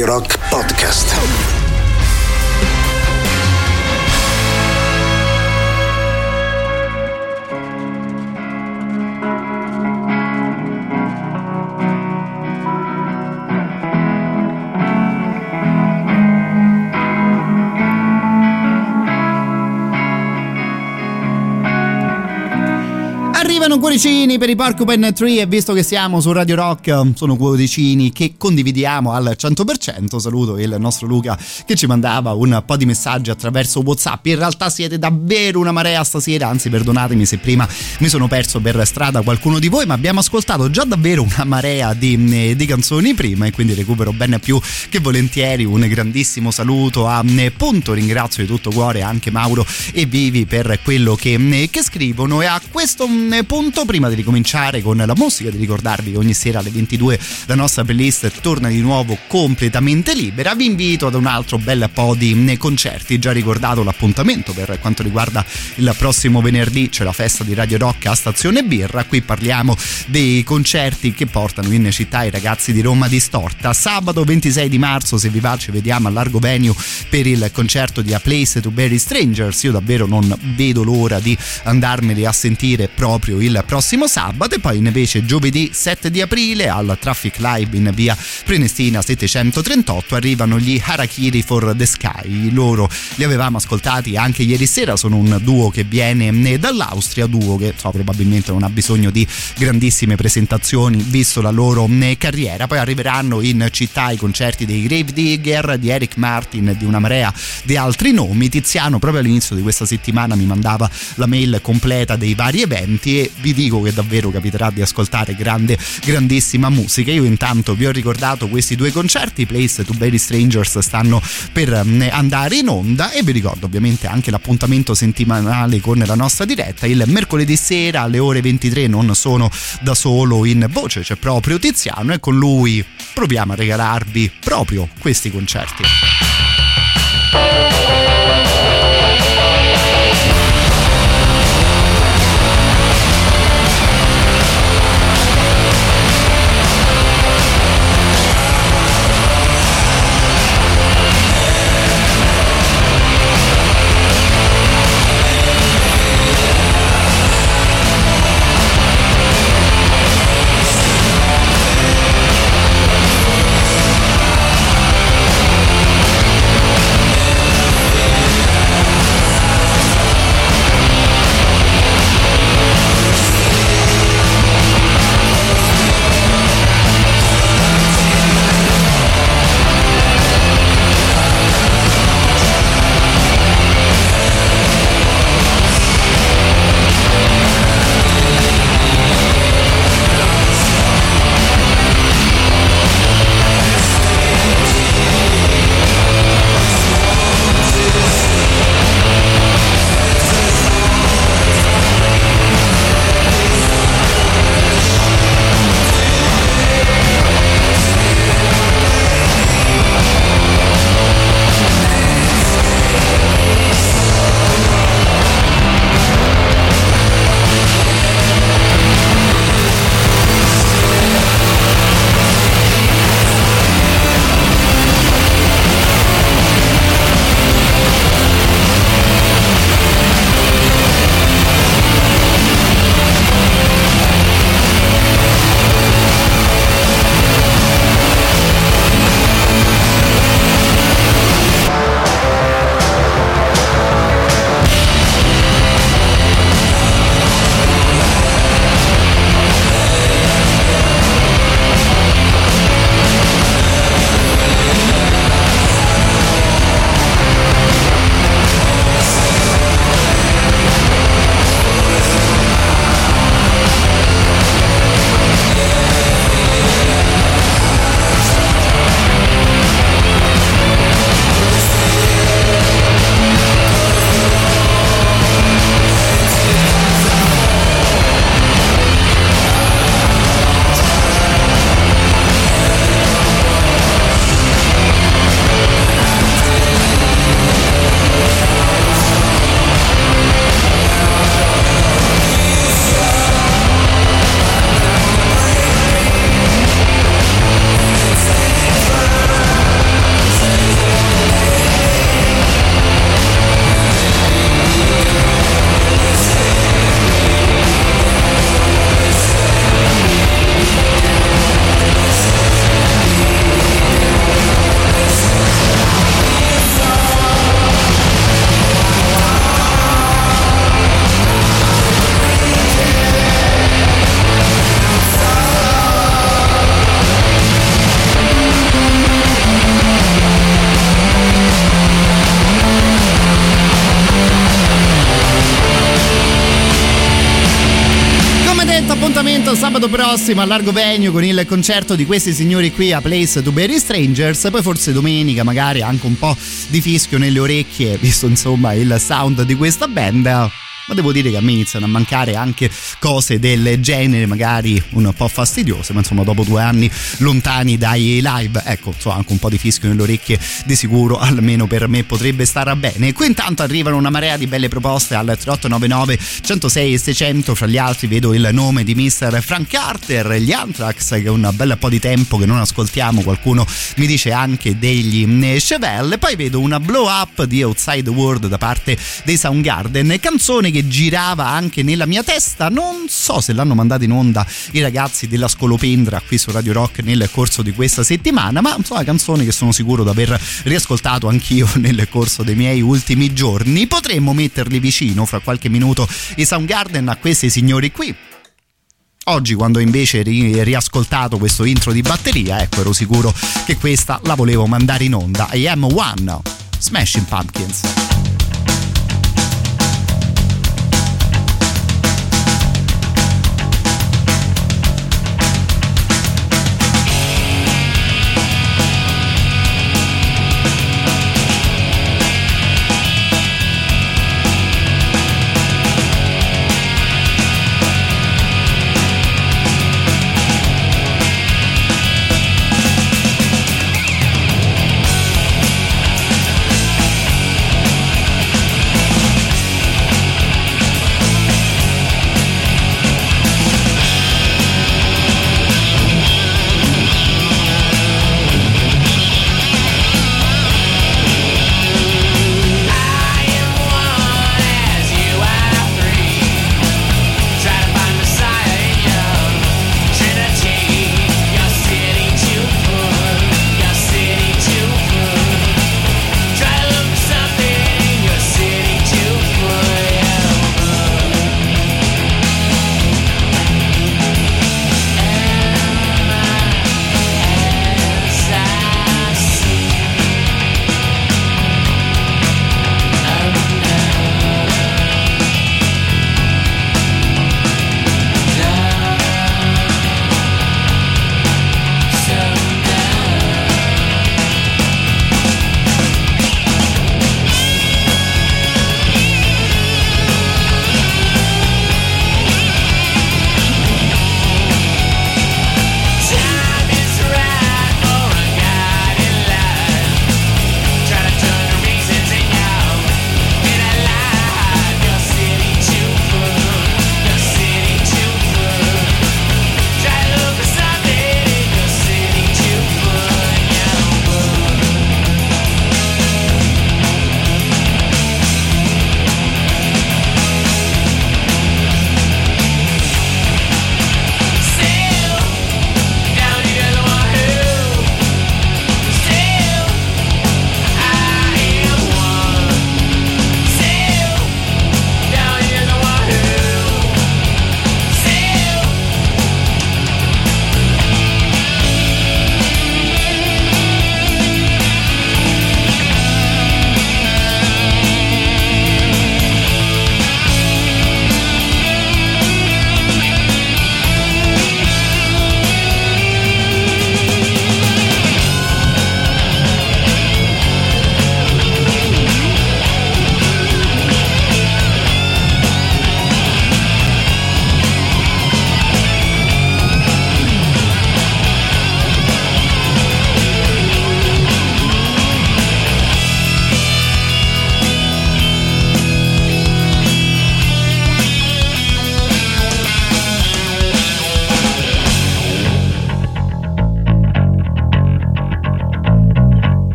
Radio Rock Podcast. Arrivano cuoricini per i Porcupine Tree e visto che siamo su Radio Rock sono cuoricini che condividiamo al cento per cento. Saluto il nostro Luca che ci mandava un po' di messaggi attraverso WhatsApp. In realtà siete davvero una marea stasera, anzi perdonatemi se prima mi sono perso per strada qualcuno di voi, ma abbiamo ascoltato già davvero una marea di, di canzoni prima e quindi recupero ben più che volentieri. Un grandissimo saluto a Punto, ringrazio di tutto cuore anche Mauro e Vivi per quello che, che scrivono. E a questo punto, prima di ricominciare con la musica, di ricordarvi che ogni sera alle ventidue la nostra playlist torna di nuovo completamente libera. Vi invito ad un altro bel po' di concerti. Già ricordato l'appuntamento per quanto riguarda il prossimo venerdì, c'è la festa di Radio Rock a Stazione Birra. Qui parliamo dei concerti che portano in città i ragazzi di Roma Distorta. Sabato ventisei di marzo, se vi va, ci vediamo al Largo Venue per il concerto di A Place to Bury Strangers. Io davvero non vedo l'ora di andarmeli a sentire proprio il prossimo sabato. E poi invece giovedì sette di aprile al Traffic Live in via Prenestina settecentotrentotto arrivano gli Harakiri for the Sky. Loro li avevamo ascoltati anche ieri sera, sono un duo che viene dall'Austria, duo che so, probabilmente non ha bisogno di grandissime presentazioni visto la loro carriera. Poi arriveranno in città i concerti dei Gravedigger, di Eric Martin e di una marea di altri nomi. Tiziano proprio all'inizio di questa settimana mi mandava la mail completa dei vari eventi e vi dico che davvero capiterà di ascoltare grande, grandissima musica. Io intanto vi ho ricordato questi due concerti, Place to Bury Strangers stanno per andare in onda e vi ricordo ovviamente anche l'appuntamento settimanale con la nostra diretta il mercoledì sera alle ore ventitré. Non sono da solo in voce, c'è proprio Tiziano e con lui proviamo a regalarvi proprio questi concerti. We'll be right back. appuntamento sabato prossimo a Largo Venue con il concerto di questi signori qui a Place to Bury Strangers, poi forse domenica magari anche un po' di fischio nelle orecchie, visto insomma il sound di questa band. Ma devo dire che a me iniziano a mancare anche cose del genere, magari un po' fastidiose, ma insomma dopo due anni lontani dai live, ecco, insomma anche un po' di fischio nelle orecchie di sicuro, almeno per me potrebbe stare bene. Qui intanto arrivano una marea di belle proposte al tre otto nove nove uno zero sei seicento, fra gli altri vedo il nome di mister Frank Carter, gli Anthrax, che è un bel po' di tempo che non ascoltiamo, qualcuno mi dice anche degli Chevelle, poi vedo una Blow Up di Outside the World da parte dei Soundgarden, canzone che girava anche nella mia testa, non so se l'hanno mandata in onda i ragazzi della Scolopendra qui su Radio Rock nel corso di questa settimana, ma insomma canzone che sono sicuro di aver riascoltato anch'io nel corso dei miei ultimi giorni. Potremmo metterli vicino fra qualche minuto i Soundgarden a questi signori qui. Oggi, quando invece ri- riascoltato questo intro di batteria, ecco, ero sicuro che questa la volevo mandare in onda. I Am One, Smashing Pumpkins.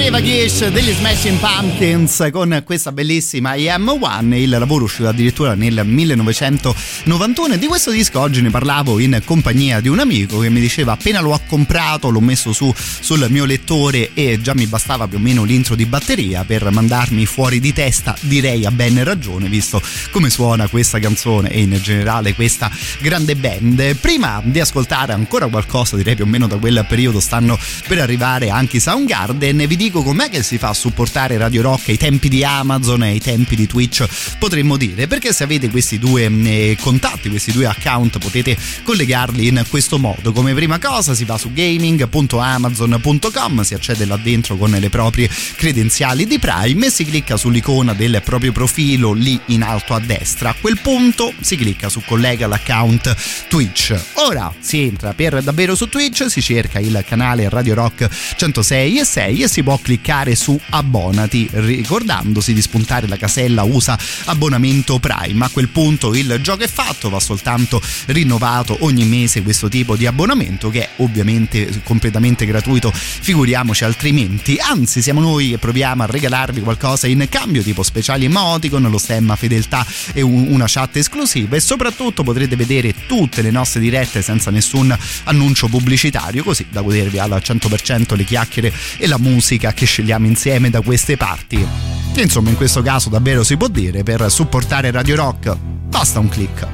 Eva Gish degli Smashing Pumpkins con questa bellissima I Am One. Il lavoro usciva addirittura nel millenovecentonovantuno e di questo disco oggi ne parlavo in compagnia di un amico che mi diceva: appena lo ho comprato l'ho messo su sul mio lettore e già mi bastava più o meno l'intro di batteria per mandarmi fuori di testa. Direi a ben ragione, visto come suona questa canzone e in generale questa grande band. Prima di ascoltare ancora qualcosa, direi più o meno da quel periodo stanno per arrivare anche i Soundgarden. Vi dico com'è che si fa a supportare Radio Rock ai tempi di Amazon e ai tempi di Twitch, potremmo dire, perché se avete questi due eh, contatti, questi due account, potete collegarli in questo modo. Come prima cosa si va su gaming punto amazon punto com, si accede là dentro con le proprie credenziali di Prime e si clicca sull'icona del proprio profilo lì in alto a destra. A quel punto si clicca su collega l'account Twitch. Ora si entra per davvero su Twitch, si cerca il canale Radio Rock centosei e sei e si può cliccare su abbonati, ricordandosi di spuntare la casella usa abbonamento Prime. A quel punto il gioco è fatto, va soltanto rinnovato ogni mese questo tipo di abbonamento, che è ovviamente completamente gratuito, figuriamoci altrimenti. Anzi, siamo noi che proviamo a regalarvi qualcosa in cambio, tipo speciali emoticon, lo stemma fedeltà e un, una chat esclusiva, e soprattutto potrete vedere tutte le nostre dirette senza nessun annuncio pubblicitario, così da godervi al cento per cento le chiacchiere e la musica che scegliamo insieme da queste parti. E insomma, in questo caso davvero si può dire, per supportare Radio Rock basta un click.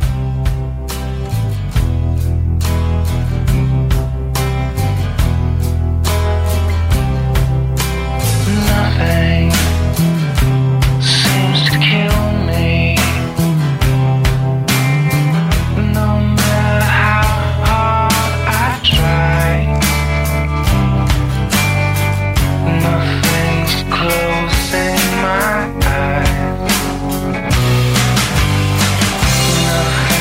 Nothing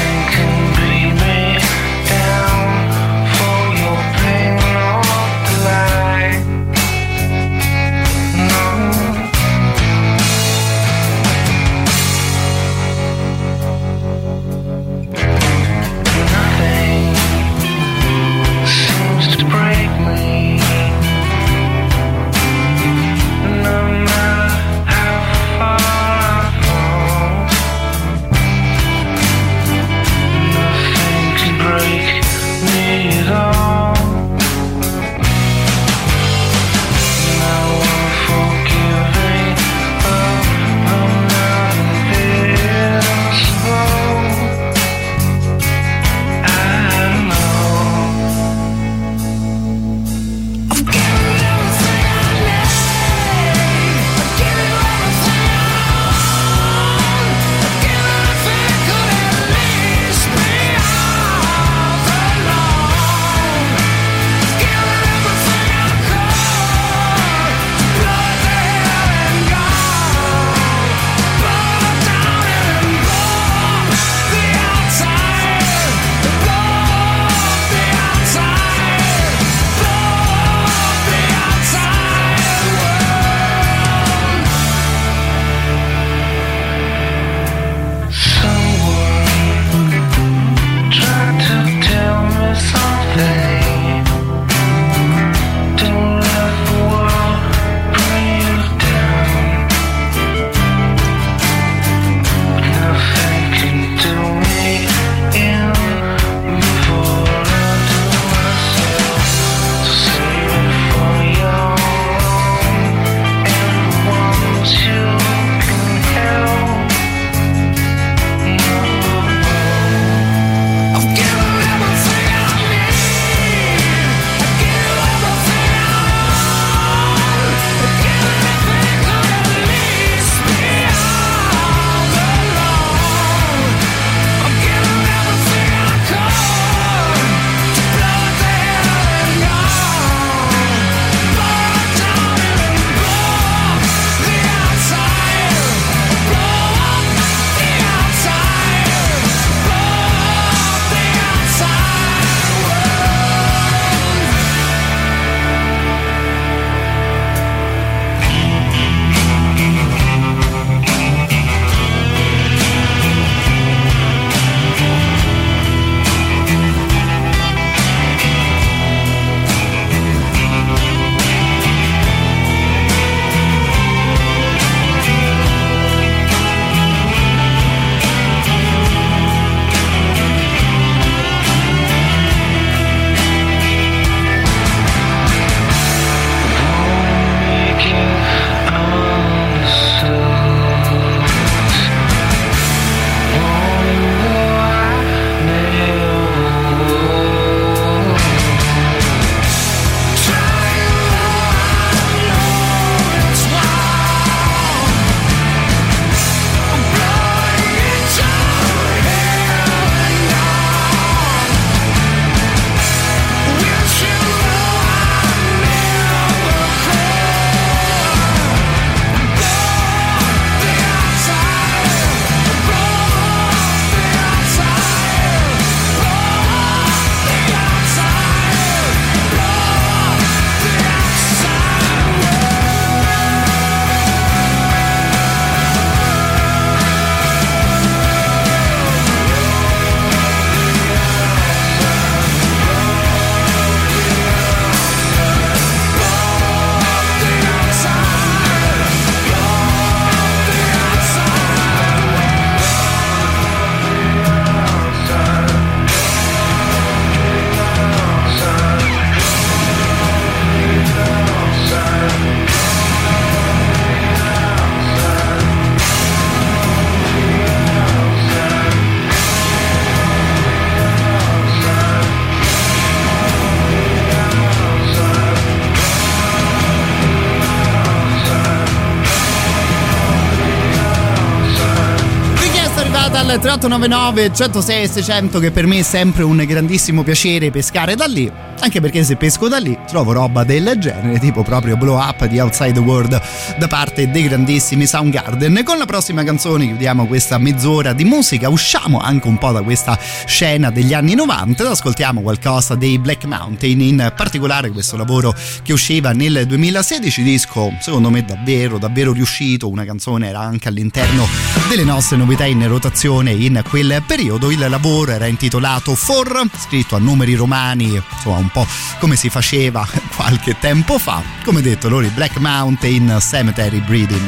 al tre otto nove nove, centosei e seicento, che per me è sempre un grandissimo piacere pescare da lì, anche perché se pesco da lì trovo roba del genere, tipo proprio Blow Up di Outside the World da parte dei grandissimi Soundgarden. Con la prossima canzone chiudiamo questa mezz'ora di musica, usciamo anche un po' da questa scena degli anni novanta ed ascoltiamo qualcosa dei Black Mountain, in particolare questo lavoro che usciva nel duemilasedici, disco secondo me davvero davvero riuscito. Una canzone era anche all'interno delle nostre novità in rotazione in quel periodo. Il lavoro era intitolato Four, scritto a numeri romani, insomma un po' come si faceva qualche tempo fa. Come detto, loro i Black Mountain, Cemetery Breeding.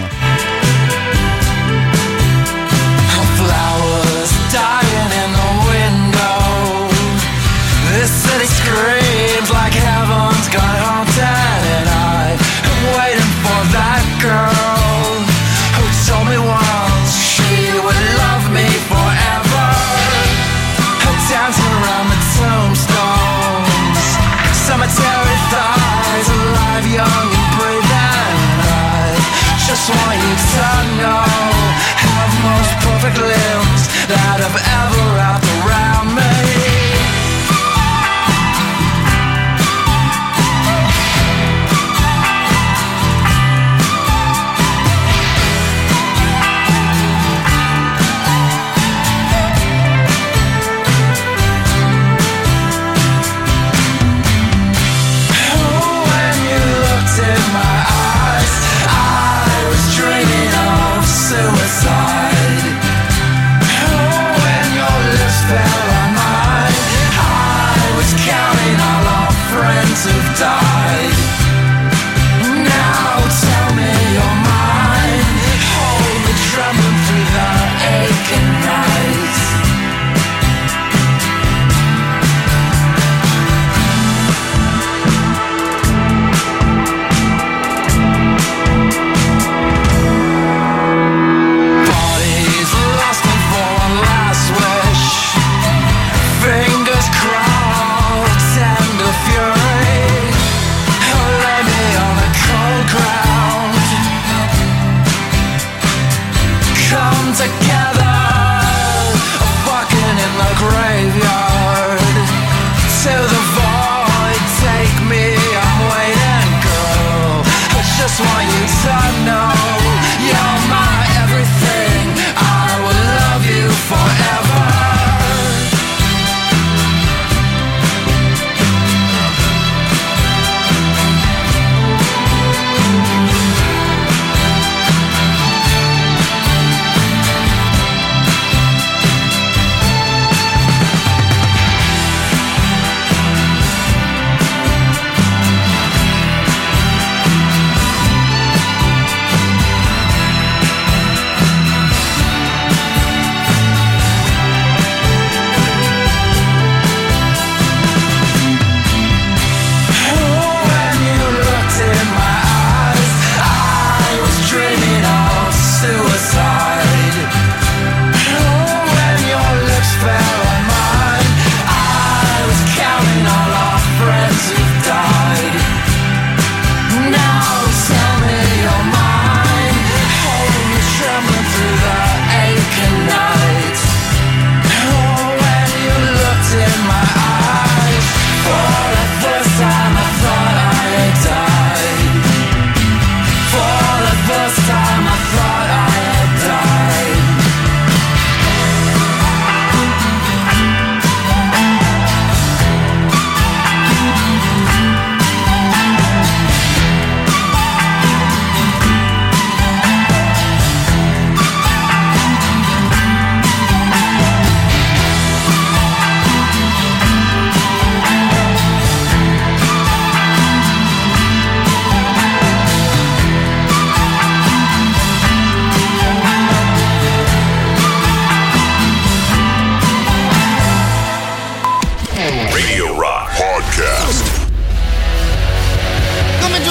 Flowers dying in the window. This city screams like heaven's gone haunted, and I am waiting for that girl who told me once she would love me forever. Dancing around the tombstones, cemetery thighs, alive, young and breathing. I just want you to know, have most perfect limbs that have ever wrapped around me. Suicide. When your lips fell on mine, I was counting all our friends who've died. Now tell me you're mine, hold me trembling through the aching nights. Together, fucking in the graveyard. To the void, take me, I'm waiting, girl. I just want you to know, you're my everything. I will love you forever.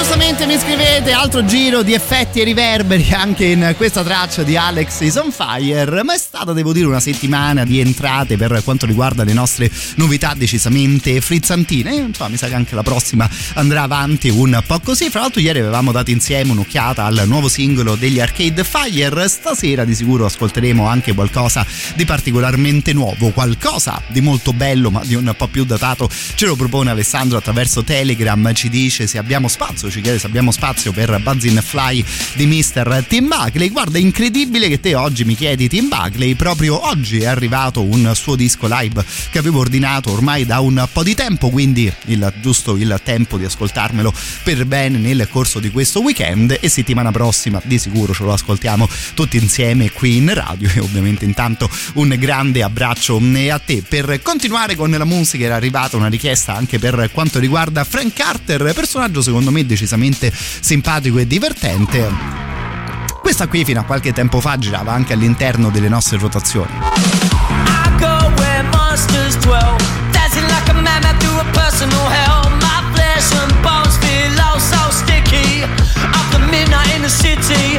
Giustamente mi scrivete, altro giro di effetti e riverberi anche in questa traccia di Alex is on Fire, ma è stata, devo dire, una settimana di entrate per quanto riguarda le nostre novità decisamente frizzantine. Insomma, mi sa che anche la prossima andrà avanti un po' così. Fra l'altro ieri avevamo dato insieme un'occhiata al nuovo singolo degli Arcade Fire, stasera di sicuro ascolteremo anche qualcosa di particolarmente nuovo, qualcosa di molto bello ma di un po' più datato. Ce lo propone Alessandro attraverso Telegram, ci dice se abbiamo spazio, ci chiede se abbiamo spazio per Buzzin' Fly di mister Tim Buckley. Guarda, è incredibile che te oggi mi chiedi Tim Buckley, proprio oggi è arrivato un suo disco live che avevo ordinato ormai da un po' di tempo, quindi il giusto il tempo di ascoltarmelo per bene nel corso di questo weekend, e settimana prossima di sicuro ce lo ascoltiamo tutti insieme qui in radio. E ovviamente intanto un grande abbraccio a te. Per continuare con la musica era arrivata una richiesta anche per quanto riguarda Frank Carter, personaggio secondo me decisamente simpatico e divertente. Questa qui fino a qualche tempo fa girava anche all'interno delle nostre rotazioni. I go where monsters dwell, dancing like a mammoth through a personal hell. My flesh and bones feel all so sticky. After midnight in the city,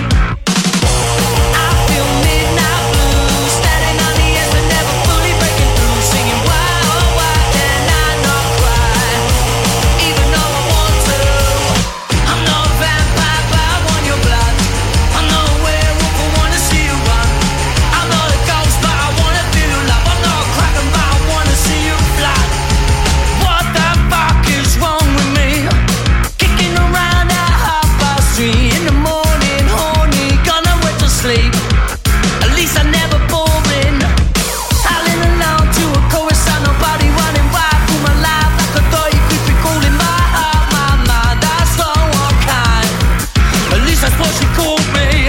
I feel midnight blues, standing on the edge but never fully breaking through, singing why, oh why can I not cry, even though I want to. I'm no vampire but I want your blood. I'm no werewolf I wanna see you run. I'm not a ghost but I wanna feel your love. I'm not a kraken but I wanna see you fly. What the fuck is wrong with me? Kicking around at half past three in the morning, horny, gonna wait to sleep. At least I never boring. Howling alone to a chorus sound, nobody running wild through my life like a dirty creepy calling my heart, my mind. That's so unkind. At least that's what she called me.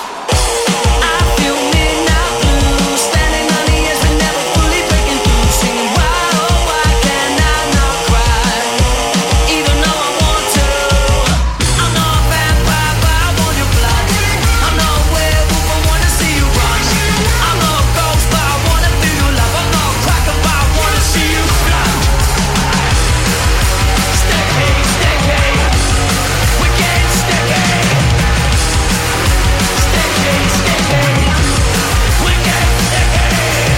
I feel midnight blues, standing on the edge but never fully breaking through, singing why, oh why can I not cry, even though I want to. I'm not a vampire but I want your blood. I'm not a werewolf I wanna see you run. I'm not a ghost but I wanna feel your love. I'm not a cracker but I wanna see you fly. Sticky, sticky, we're getting sticky. Sticky, sticky, we're getting sticky.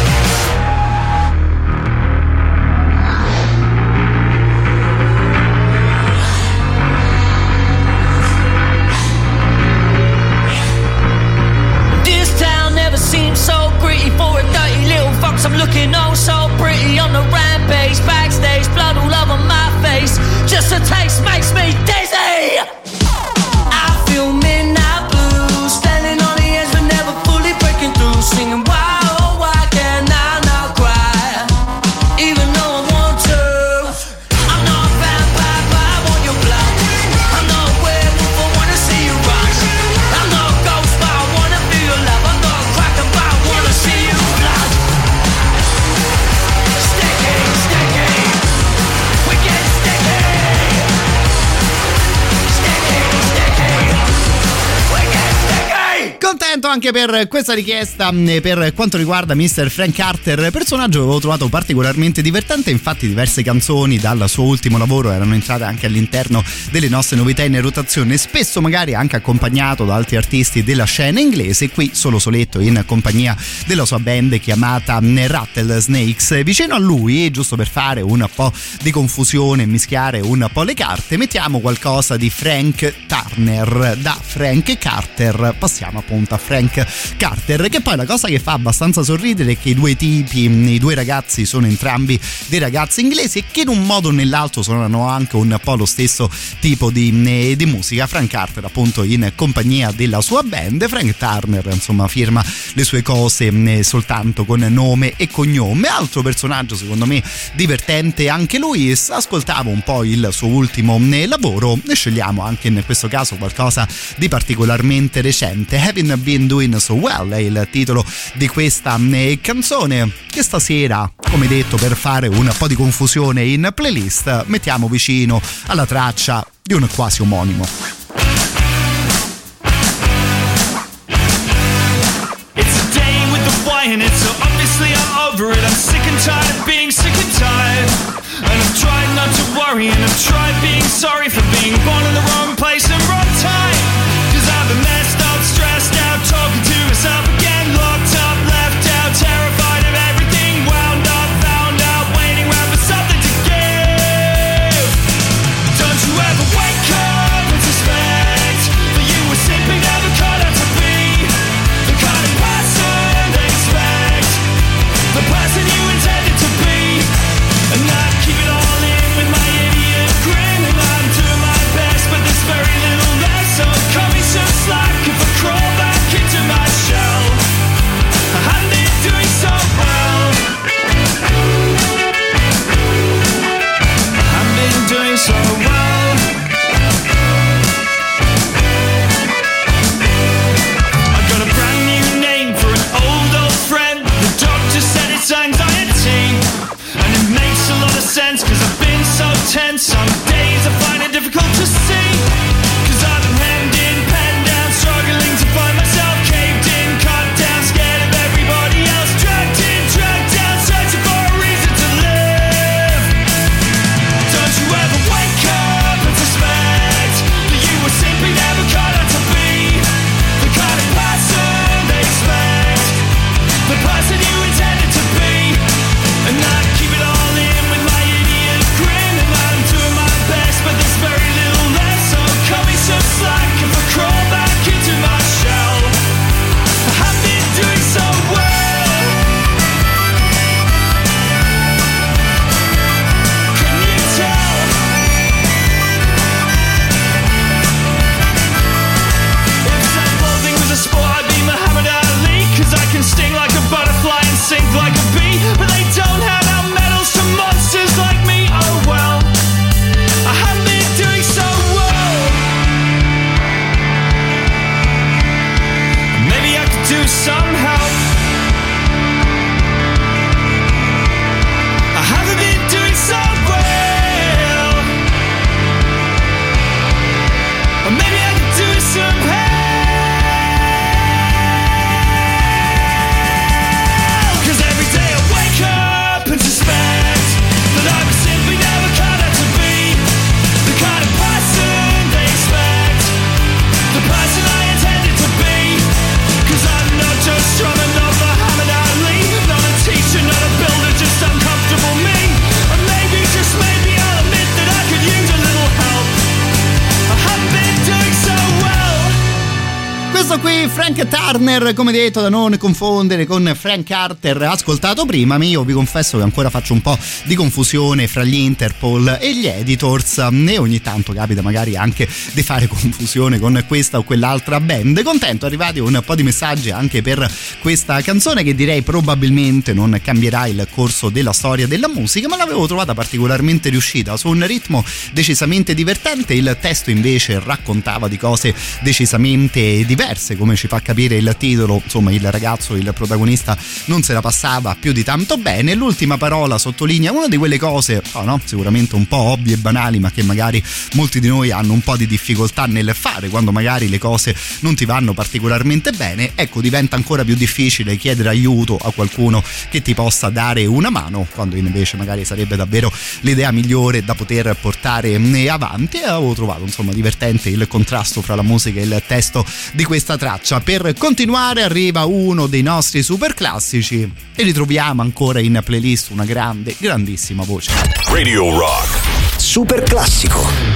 This town never seems so gritty for a dirty little fox. I'm looking oh so pretty on the rampage, backstage, blood all over my face. Just a taste makes me dizzy. I feel midnight blues, standing on the edge but never fully breaking through, singing why, oh why can I not cry, even though I want to. I'm not a vampire but I want your blood. I'm not a werewolf I wanna see you run. I'm not a ghost but I wanna feel your love. I'm not a cracker but I wanna see you fly. Sticky, sticky, we get sticky. Sticky, sticky, we get sticky. Contento anche per questa richiesta per quanto riguarda mister Frank Carter, personaggio che avevo trovato particolarmente divertente. Infatti diverse canzoni dal suo ultimo lavoro erano entrate anche all'interno delle nostre novità in rotazione, spesso magari anche accompagnato da altri artisti della scena inglese, qui solo soletto in compagnia della sua band chiamata Rattlesnakes. Vicino a lui, giusto per fare un po' di confusione e mischiare un po' le carte, mettiamo qualcosa di Frank Turner. Da Frank Carter passiamo appunto a Frank Carter, che poi la cosa che fa abbastanza sorridere è che i due tipi, i due ragazzi sono entrambi dei ragazzi inglesi e che in un modo o nell'altro suonano anche un po' lo stesso tipo di, di musica. Frank Carter appunto in compagnia della sua band, Frank Turner insomma firma le sue cose soltanto con nome e cognome. Altro personaggio secondo me divertente anche lui. Ascoltavo un po' il suo ultimo lavoro e scegliamo anche in questo caso qualcosa di particolarmente recente. Having Been Doing So Well è il titolo di questa canzone che stasera, come detto, per fare un po' di confusione in playlist, mettiamo vicino alla traccia di un quasi omonimo. It's a day with the wine and it's so obviously I'm over it. I'm sick and tired of being sick and tired. And I've tried not to worry and I've tried being sorry for being born in the wrong place Eccolo qui, Frank Turner, come detto, da non confondere con Frank Carter ascoltato prima. Ma io vi confesso che ancora faccio un po' di confusione fra gli Interpol e gli Editors, e ogni tanto capita magari anche di fare confusione con questa o quell'altra band. Contento, arrivati un po' di messaggi anche per questa canzone, che direi probabilmente non cambierà il corso della storia della musica, ma l'avevo trovata particolarmente riuscita, su un ritmo decisamente divertente. Il testo invece raccontava di cose decisamente diverse, come ci fa capire il titolo. Insomma, il ragazzo, il protagonista, non se la passava più di tanto bene. L'ultima parola sottolinea una di quelle cose, oh no, sicuramente un po' ovvie e banali, ma che magari molti di noi hanno un po' di difficoltà nel fare quando magari le cose non ti vanno particolarmente bene. Ecco, diventa ancora più difficile chiedere aiuto a qualcuno che ti possa dare una mano, quando invece magari sarebbe davvero l'idea migliore da poter portare avanti. E avevo trovato insomma divertente il contrasto fra la musica e il testo di questa traccia. Per continuare arriva uno dei nostri super classici e ritroviamo ancora in playlist una grande, grandissima voce. Radio Rock Super classico.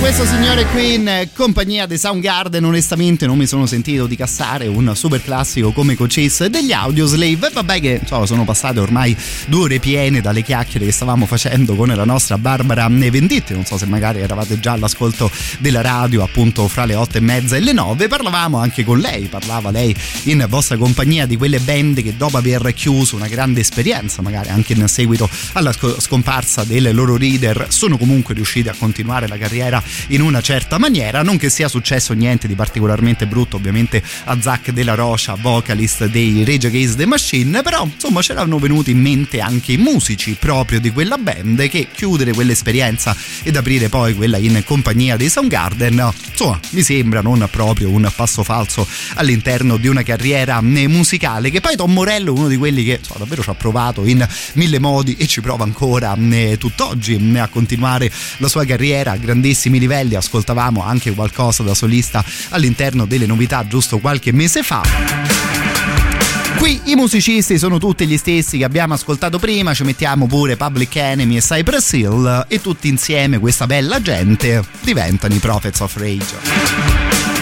questo signore qui in compagnia dei Soundgarden onestamente non mi sono sentito di cassare un super classico come Cochise degli Audioslave. E vabbè che insomma, sono passate ormai due ore piene dalle chiacchiere che stavamo facendo con la nostra Barbara Venditti. Non so se magari eravate già all'ascolto della radio appunto fra le otto e mezza e le nove. Parlavamo anche con lei, parlava lei in vostra compagnia di quelle band che dopo aver chiuso una grande esperienza magari anche in seguito alla scomparsa del loro leader sono comunque riusciti a continuare la carriera in una certa maniera. Non che sia successo niente di particolarmente brutto ovviamente a Zach De La Rocha, vocalist dei Rage Against the Machine, però insomma c'erano venuti in mente anche i musici proprio di quella band che chiudere quell'esperienza ed aprire poi quella in compagnia dei Soundgarden insomma mi sembra non proprio un passo falso all'interno di una carriera musicale, che poi Tom Morello è uno di quelli che insomma, davvero ci ha provato in mille modi e ci prova ancora eh, tutt'oggi eh, a continuare la sua carriera a grandissimi livelli. Ascoltavamo anche qualcosa da solista all'interno delle novità giusto qualche mese fa. Qui i musicisti sono tutti gli stessi che abbiamo ascoltato prima, ci mettiamo pure Public Enemy e Cypress Hill e tutti insieme questa bella gente diventano i Prophets of Rage.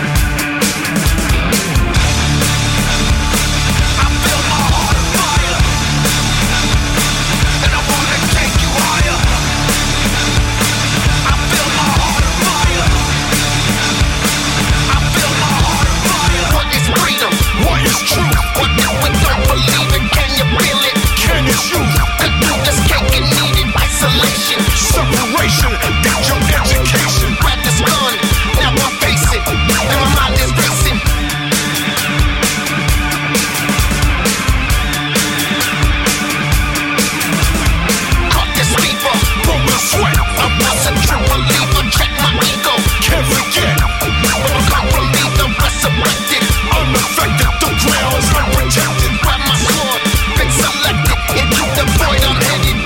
Separation, get your education. Grab this gun, now I face it. And my mind is racing. Cut this lever, put my sweat. I bust a triple lever, check my ego. Can't forget, I'm currently the resurrected. Unaffected, the ground is unprotected. Grab my sword, been selected. Into the void I'm headed.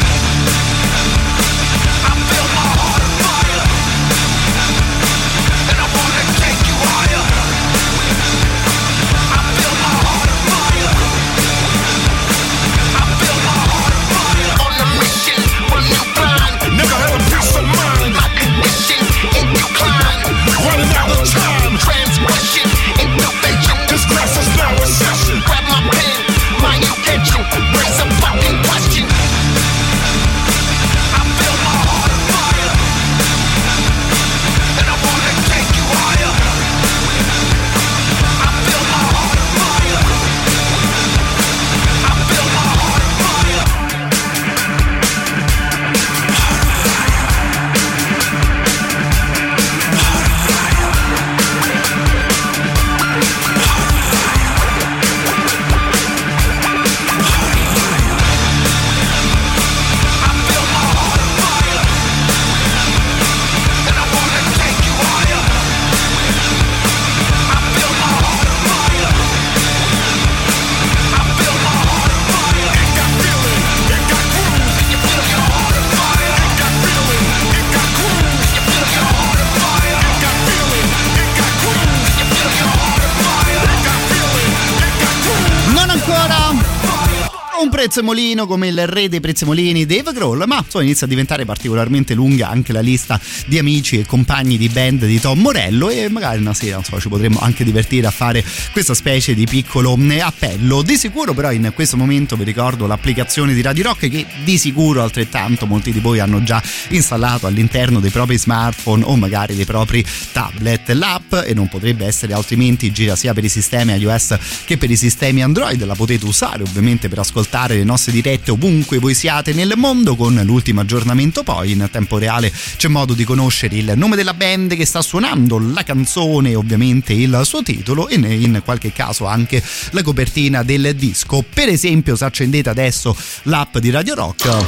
prezzemolino come il re dei prezzemolini Dave Grohl, ma insomma inizia a diventare particolarmente lunga anche la lista di amici e compagni di band di Tom Morello, e magari una sera insomma, ci potremmo anche divertire a fare questa specie di piccolo appello. Di sicuro però in questo momento vi ricordo l'applicazione di Radio Rock, che di sicuro altrettanto molti di voi hanno già installato all'interno dei propri smartphone o magari dei propri tablet. L'app, e non potrebbe essere altrimenti, gira sia per i sistemi iOS che per i sistemi Android. La potete usare ovviamente per ascoltare le nostre dirette ovunque voi siate nel mondo. Con l'ultimo aggiornamento poi in tempo reale c'è modo di conoscere il nome della band che sta suonando, la canzone, ovviamente il suo titolo e in qualche caso anche la copertina del disco. Per esempio, se accendete adesso l'app di Radio Rock,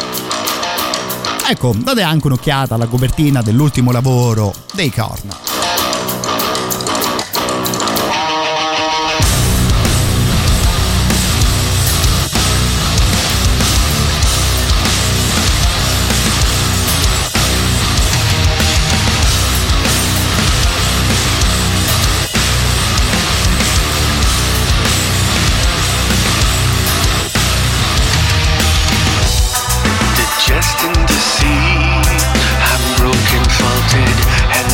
ecco, date anche un'occhiata alla copertina dell'ultimo lavoro dei Korn. Destined to see, I'm broken, faulted, and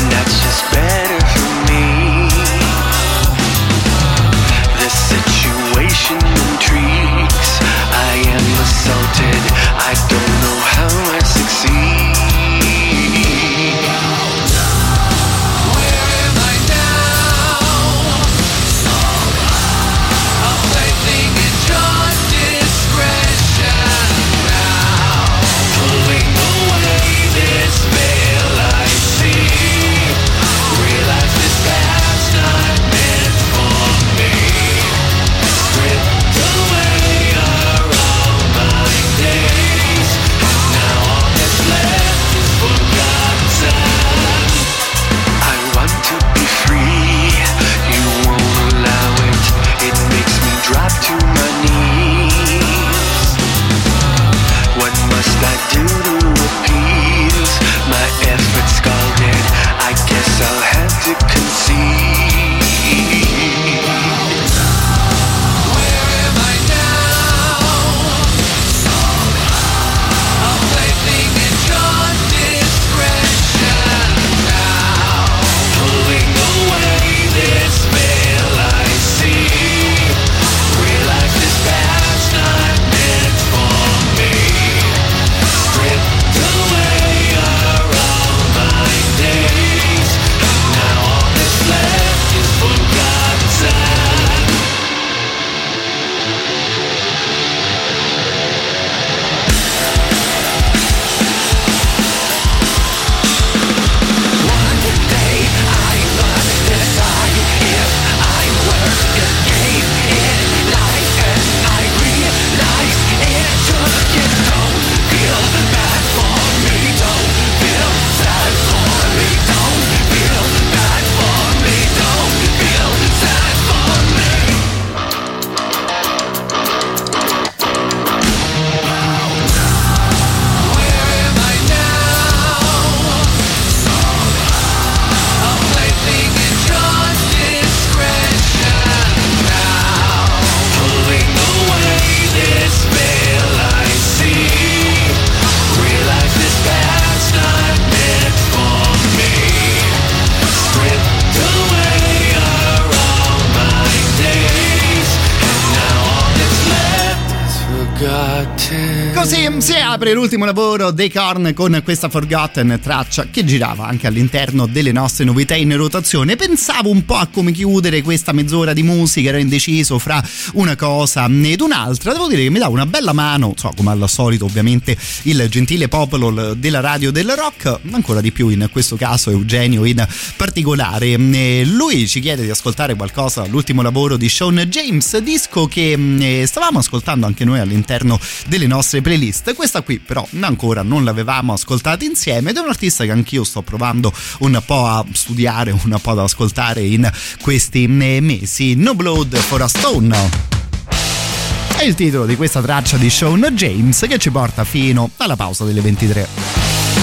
Così si apre l'ultimo lavoro dei Korn con questa Forgotten, traccia che girava anche all'interno delle nostre novità in rotazione. Pensavo un po' a come chiudere questa mezz'ora di musica, ero indeciso fra una cosa ed un'altra. Devo dire che mi dà una bella mano, so, come al solito ovviamente, il gentile popolo della radio del rock, ancora di più in questo caso Eugenio in particolare. Lui ci chiede di ascoltare qualcosa dall'ultimo lavoro di Sean James, disco che stavamo ascoltando anche noi all'interno delle nostre playlist. Questa qui però ancora non l'avevamo ascoltata insieme ed è un artista che anch'io sto provando un po' a studiare, un po' ad ascoltare in questi mesi. No Blood for a Stone è il titolo di questa traccia di Sean James che ci porta fino alla pausa delle ventitré.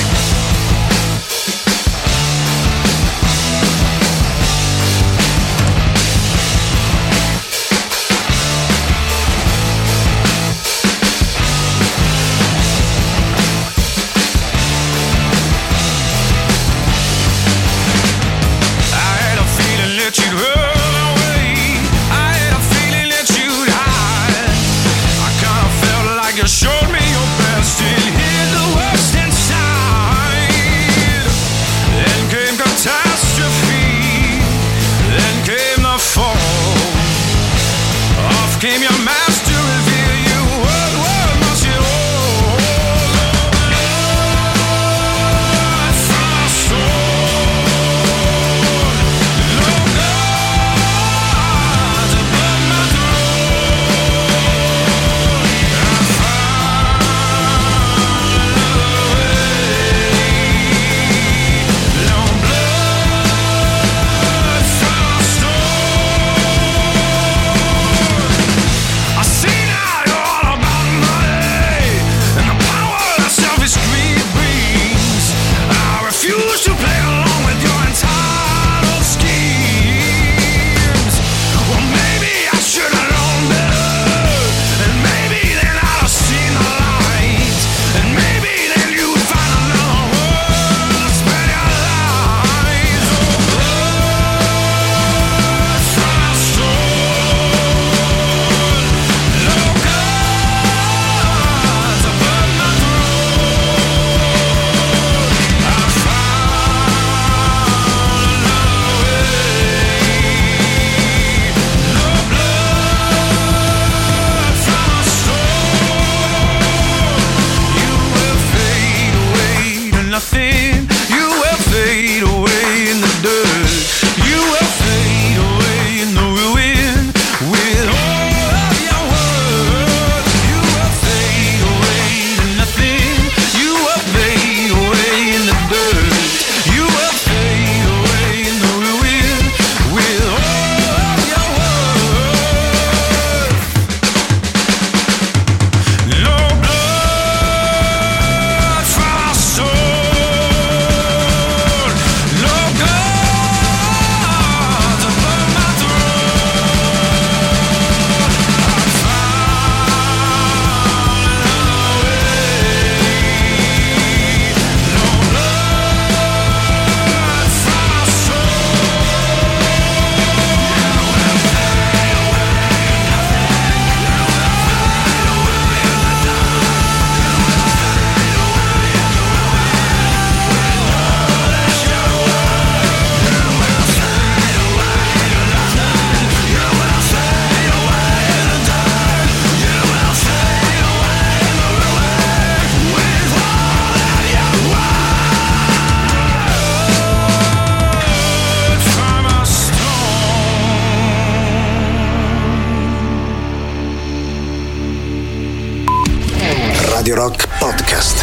Showed me your best and hid the worst inside. Then came catastrophe, then came the fall. Off came your mask to reveal you. What, what must you hold? Blood from my soul. No God to burn my Radio Rock Podcast.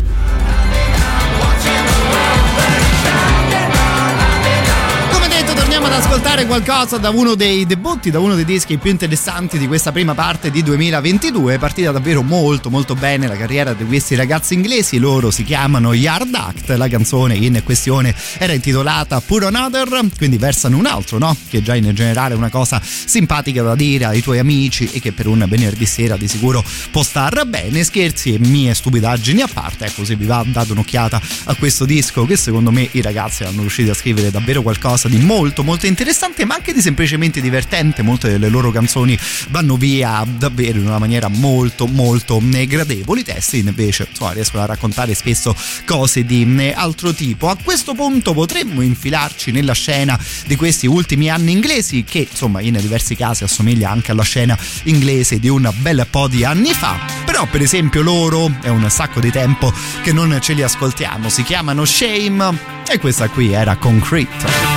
Ad ascoltare qualcosa da uno dei debutti, da uno dei dischi più interessanti di questa prima parte di duemilaventidue. È partita davvero molto molto bene la carriera di questi ragazzi inglesi, loro si chiamano Yard Act. La canzone in questione era intitolata Put Another, quindi versano un altro, no? Che già in generale è una cosa simpatica da dire ai tuoi amici e che per un venerdì sera di sicuro può star bene. Scherzi e mie stupidaggini a parte, ecco, se vi va date un'occhiata a questo disco che secondo me i ragazzi hanno riuscito a scrivere davvero qualcosa di molto molto interessante, ma anche di semplicemente divertente. Molte delle loro canzoni vanno via davvero in una maniera molto molto gradevole. I testi invece insomma riescono a raccontare spesso cose di altro tipo. A questo punto potremmo infilarci nella scena di questi ultimi anni inglesi, che insomma in diversi casi assomiglia anche alla scena inglese di un bel po' di anni fa. Però per esempio loro è un sacco di tempo che non ce li ascoltiamo. Si chiamano Shame e questa qui era Concrete.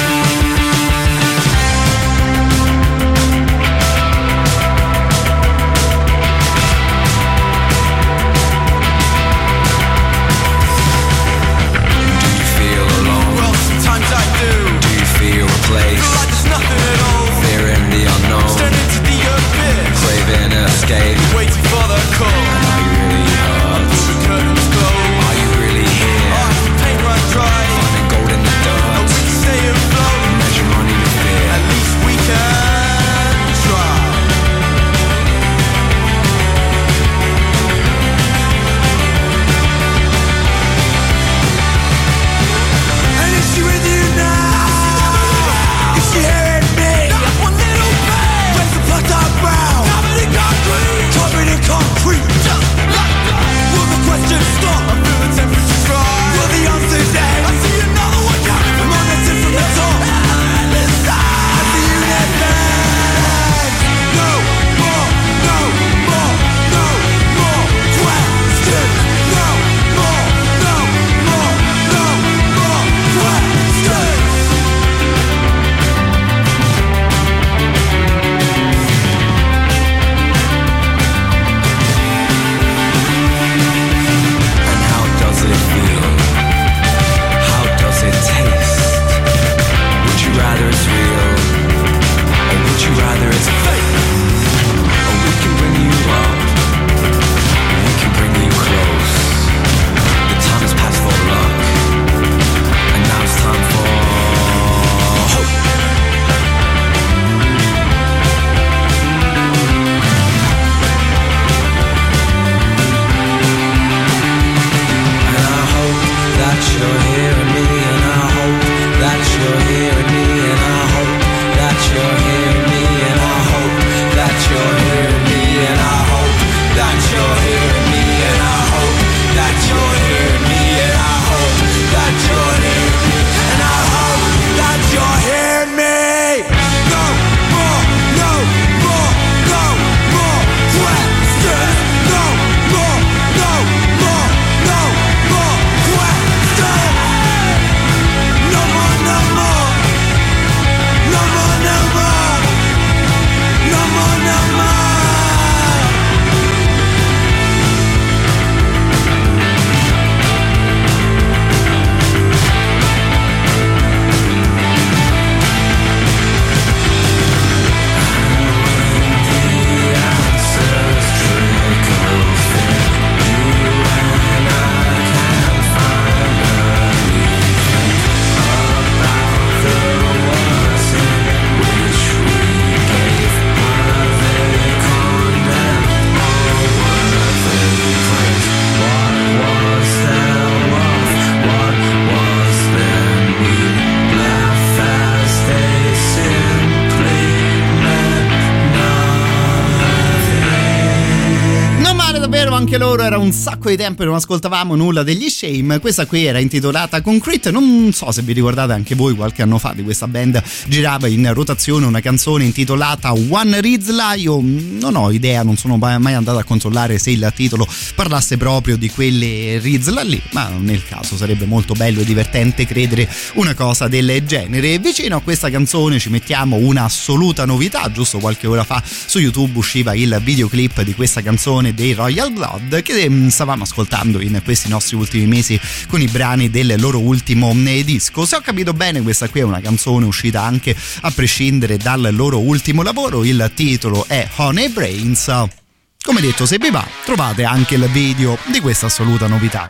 Anche loro era un sacco di tempo che non ascoltavamo nulla degli Shame. Questa qui era intitolata Concrete. Non so se vi ricordate anche voi, qualche anno fa di questa band girava in rotazione una canzone intitolata One Rizla. Io non ho idea, non sono mai andato a controllare se il titolo parlasse proprio di quelle Rizla lì, ma nel caso sarebbe molto bello e divertente credere una cosa del genere. Vicino a questa canzone ci mettiamo un'assoluta novità. Giusto qualche ora fa su YouTube usciva il videoclip di questa canzone dei Royal Blood, che stavamo ascoltando in questi nostri ultimi mesi con i brani del loro ultimo disco. Se ho capito bene, questa qui è una canzone uscita anche a prescindere dal loro ultimo lavoro. Il titolo è Honey Brains. Come detto, se vi va, trovate anche il video di questa assoluta novità.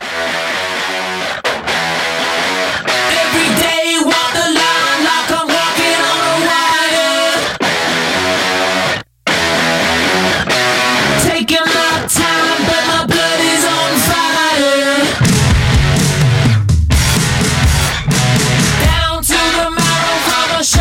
Down to the marrow from a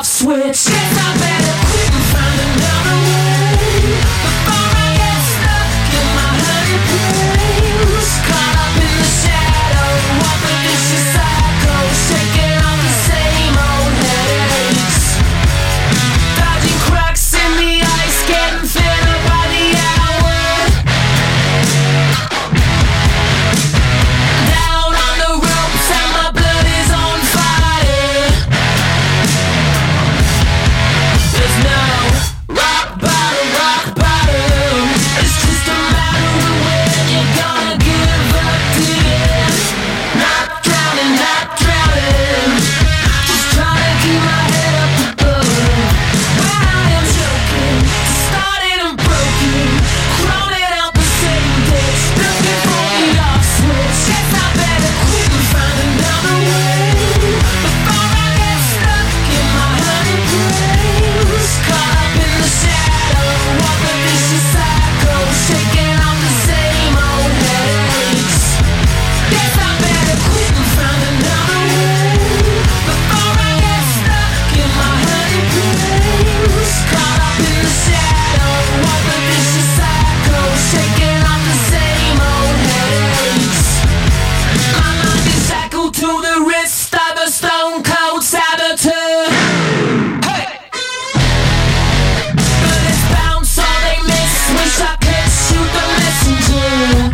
switch. Guess I better quit and find another way before I get stuck in my honey place. Caught up in the shadow of a vicious cycle, shaking off the same old headaches. Dodging cracks in the ice, getting thinner by the hour. Down on the ropes and my blood is on fire. There's no rock bottom, rock bottom. It's just a matter of when you're gonna give up to it. Not drowning, not drowning. Just trying to keep my head up above. When I am choking, started and broken, crawling out the same ditch, looking for the off switch. Guess I better quit and find another way before I get stuck in my honey place. Caught up in the shadow of a vicious cycle, shaking off the same old headaches. Guess I better quit and find another way before I get stuck in my honey place. Caught up in the shadow of a vicious cycle, shaking off the same old headaches. My mind is shackled to the wrist of a stone cold saboteur. Hey! Bullets bounce, all they miss. Wish I could shoot the messenger.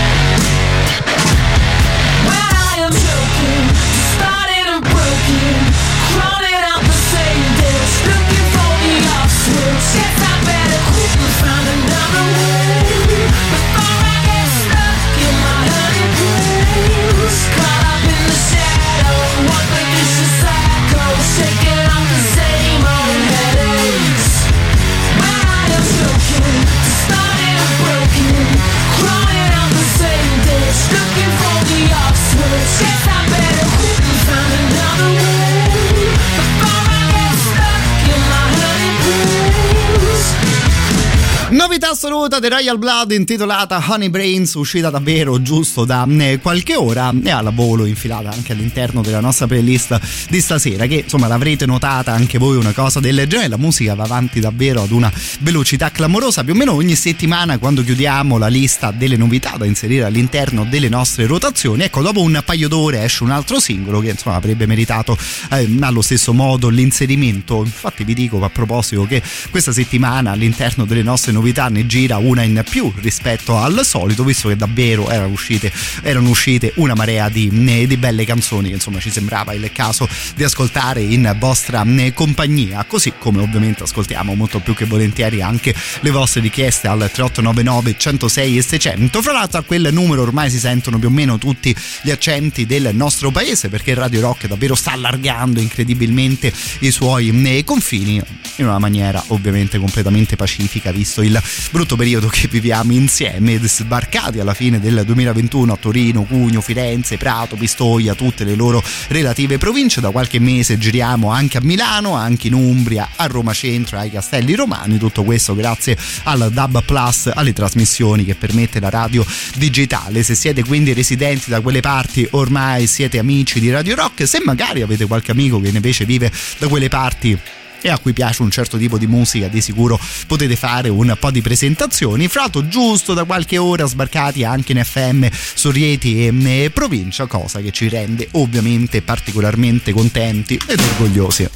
When I am choking, started and broken, crawling out the same ditch, looking for the off switch. Guess I better quit and find another way before I get stuck in my honey place. Caught up in the shadow of a vicious cycle, shaking off the same old headaches. When I am choking, started and broken, crawling out the same ditch, looking for the off switch. Guess I better quit and find another way before I get stuck in my honey place. Novità assoluta dei Royal Blood intitolata Honey Brains, uscita davvero giusto da eh, qualche ora e alla volo infilata anche all'interno della nostra playlist di stasera, che insomma l'avrete notata anche voi una cosa del genere. La musica va avanti davvero ad una velocità clamorosa, più o meno ogni settimana quando chiudiamo la lista delle novità da inserire all'interno delle nostre rotazioni. Ecco, dopo un paio d'ore esce un altro singolo che insomma avrebbe meritato eh, allo stesso modo l'inserimento. Infatti vi dico a proposito che questa settimana all'interno delle nostre novità ne gira una in più rispetto al solito, visto che davvero erano uscite, erano uscite una marea di, di belle canzoni che insomma ci sembrava il caso di ascoltare in vostra compagnia, così come ovviamente ascoltiamo molto più che volentieri anche le vostre richieste al tre otto nove nove centosei e seicento. Fra l'altro a quel numero ormai si sentono più o meno tutti gli accenti del nostro paese, perché Radio Rock davvero sta allargando incredibilmente i suoi confini in una maniera ovviamente completamente pacifica, visto il brutto periodo che viviamo insieme. Sbarcati alla fine del duemilaventuno a Torino, Cugno, Firenze, Prato, Pistoia, tutte le loro relative province. Da qualche mese giriamo anche a Milano, anche in Umbria, a Roma Centro, ai Castelli Romani. Tutto questo grazie al D A B Plus, alle trasmissioni che permette la radio digitale. Se siete quindi residenti da quelle parti, ormai siete amici di Radio Rock. Se magari avete qualche amico che invece vive da quelle parti e a cui piace un certo tipo di musica, di sicuro potete fare un po' di presentazioni. Fra l'altro giusto da qualche ora sbarcati anche in F M su Rieti e provincia, cosa che ci rende ovviamente particolarmente contenti ed orgogliosi.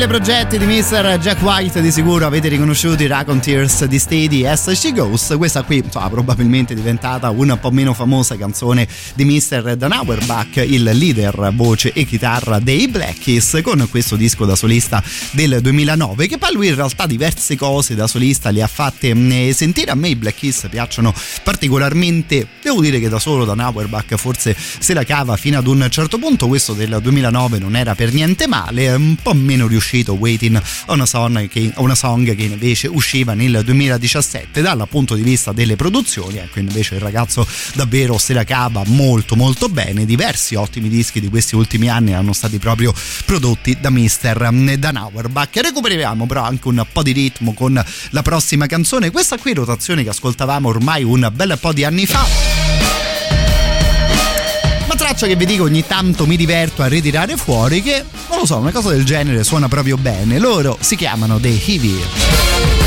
progetti di mister Jack White di sicuro avete riconosciuto i Raconteurs di Steady As She Goes. Questa qui insomma, probabilmente è diventata una po' meno famosa canzone di mister Dan Auerbach, il leader voce e chitarra dei Black Keys, con questo disco da solista del duemilanove, che poi lui in realtà diverse cose da solista le ha fatte sentire. A me i Black Keys piacciono particolarmente, devo dire che da solo Dan Auerbach forse se la cava fino ad un certo punto. Questo del duemilanove non era per niente male, un po' meno riuscito Waiting on a Song che, una song che invece usciva nel duemiladiciassette. Dal punto di vista delle produzioni, ecco, invece il ragazzo davvero se la cava molto molto bene. Diversi ottimi dischi di questi ultimi anni hanno stati proprio prodotti da mister Dan Auerbach. Recuperiamo però anche un po' di ritmo con la prossima canzone, questa qui rotazione che ascoltavamo ormai un bel po' di anni fa, ma traccia che vi dico ogni tanto mi diverto a ritirare fuori, che non lo so, una cosa del genere suona proprio bene. Loro si chiamano The Heavy.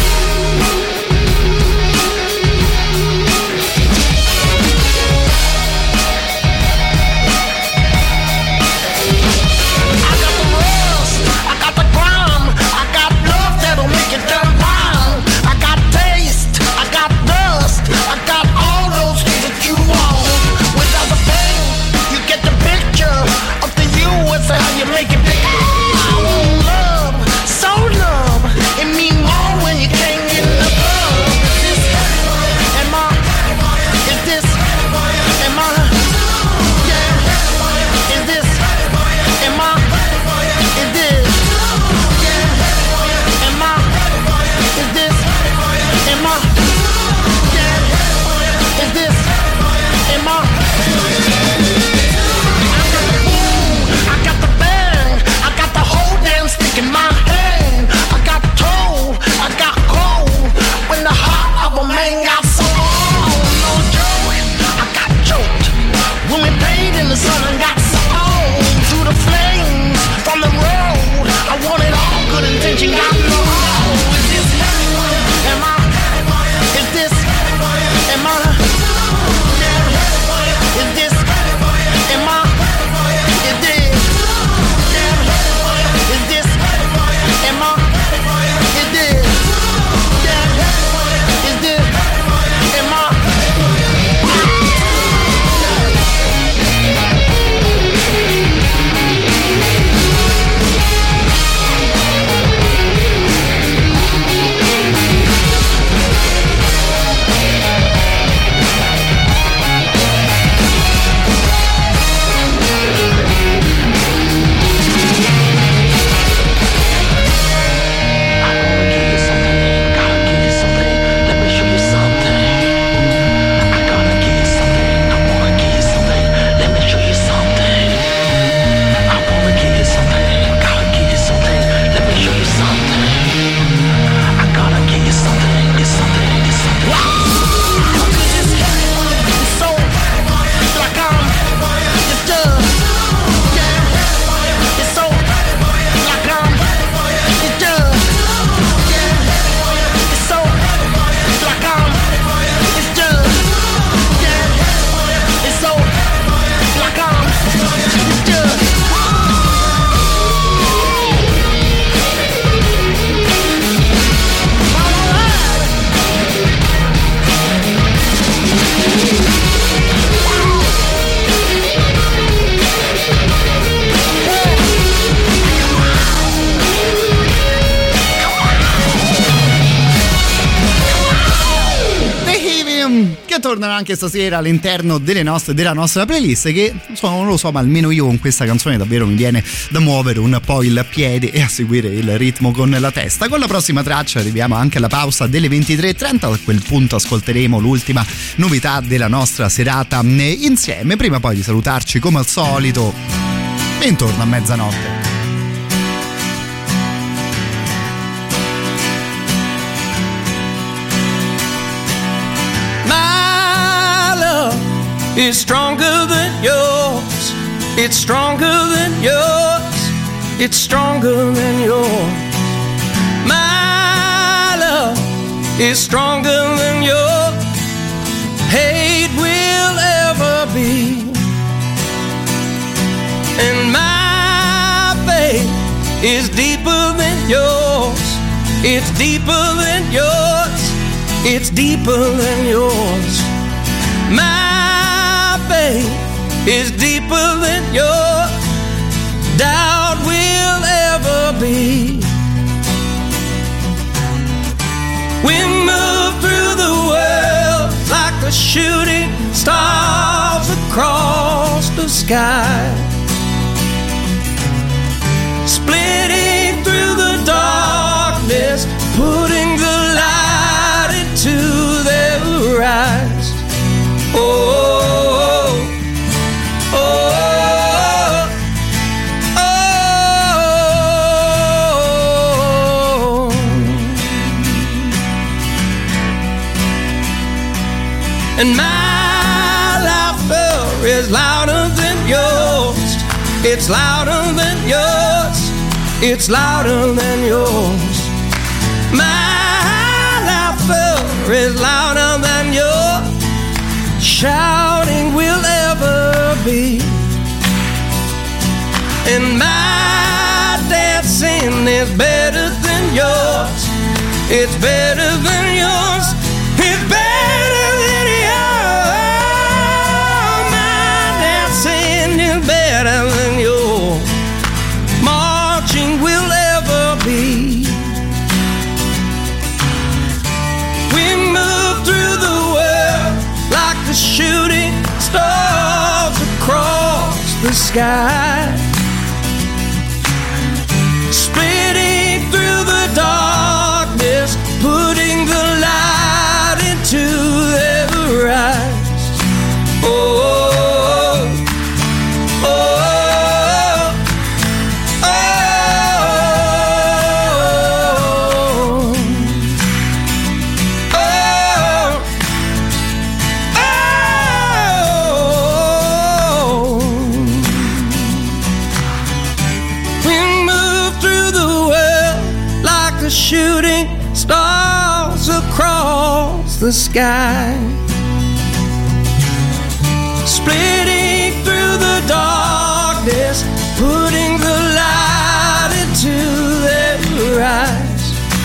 You make it big. I want love, so love. It mean more when you can't get enough love. Is this, am I, is this, am I, yeah. Is this, am I, is this, yeah. Am I, is this, am I, yeah. Is this, am I. In my hand, I got told, I got cold. When the heart of a man got so cold, no joke, I got choked. When we played in the sun and got so old. Through the flames, from the road, I wanted all good intention, got no hold. Is this, am I, is this, am I, yeah. Is this, am I, is this, yeah. Is this, am I? Is this? Yeah. Is this? Am I? tornano anche stasera all'interno delle nostre, della nostra playlist, che insomma, non lo so, ma almeno io con questa canzone davvero mi viene da muovere un po' il piede e a seguire il ritmo con la testa. Con la prossima traccia arriviamo anche alla pausa delle ventitré e trenta, a quel punto ascolteremo l'ultima novità della nostra serata insieme, prima poi di salutarci come al solito intorno a mezzanotte. It's stronger than yours. It's stronger than yours. It's stronger than yours. My love is stronger than your hate will ever be. And my faith is deeper than yours. It's deeper than yours. It's deeper than yours. My faith is deeper than your doubt will ever be. We move through the world like the shooting stars across the sky, splitting through the darkness, putting the light into their eyes. Oh, oh, oh, oh. And my laughter is louder than yours. It's louder than yours. It's louder than yours. My laughter is louder than yours. Shouting will ever be. And my dancing is better than yours. It's better than yours. It's better than yours. My dancing is better than yours. Marching will ever be. We move through the world like the shooting stars across the sky, splitting through the darkness, putting the light into their eyes. Oh, oh, oh, oh. We move through the world like the shooting stars across the sky, splitting through the darkness, putting the light into their eyes.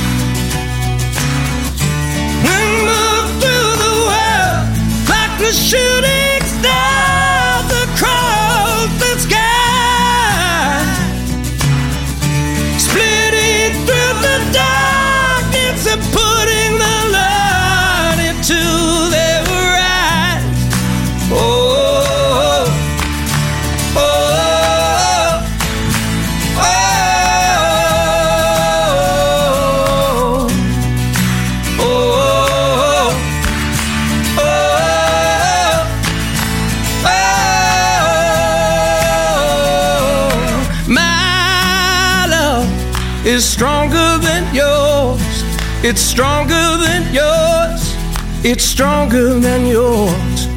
We move through the world like the shooting stars across the sky, splitting through the darkness and putting the light into their eyes. Oh, oh, oh, oh, oh, oh. My love is stronger than yours. It's stronger than yours. It's stronger than yours.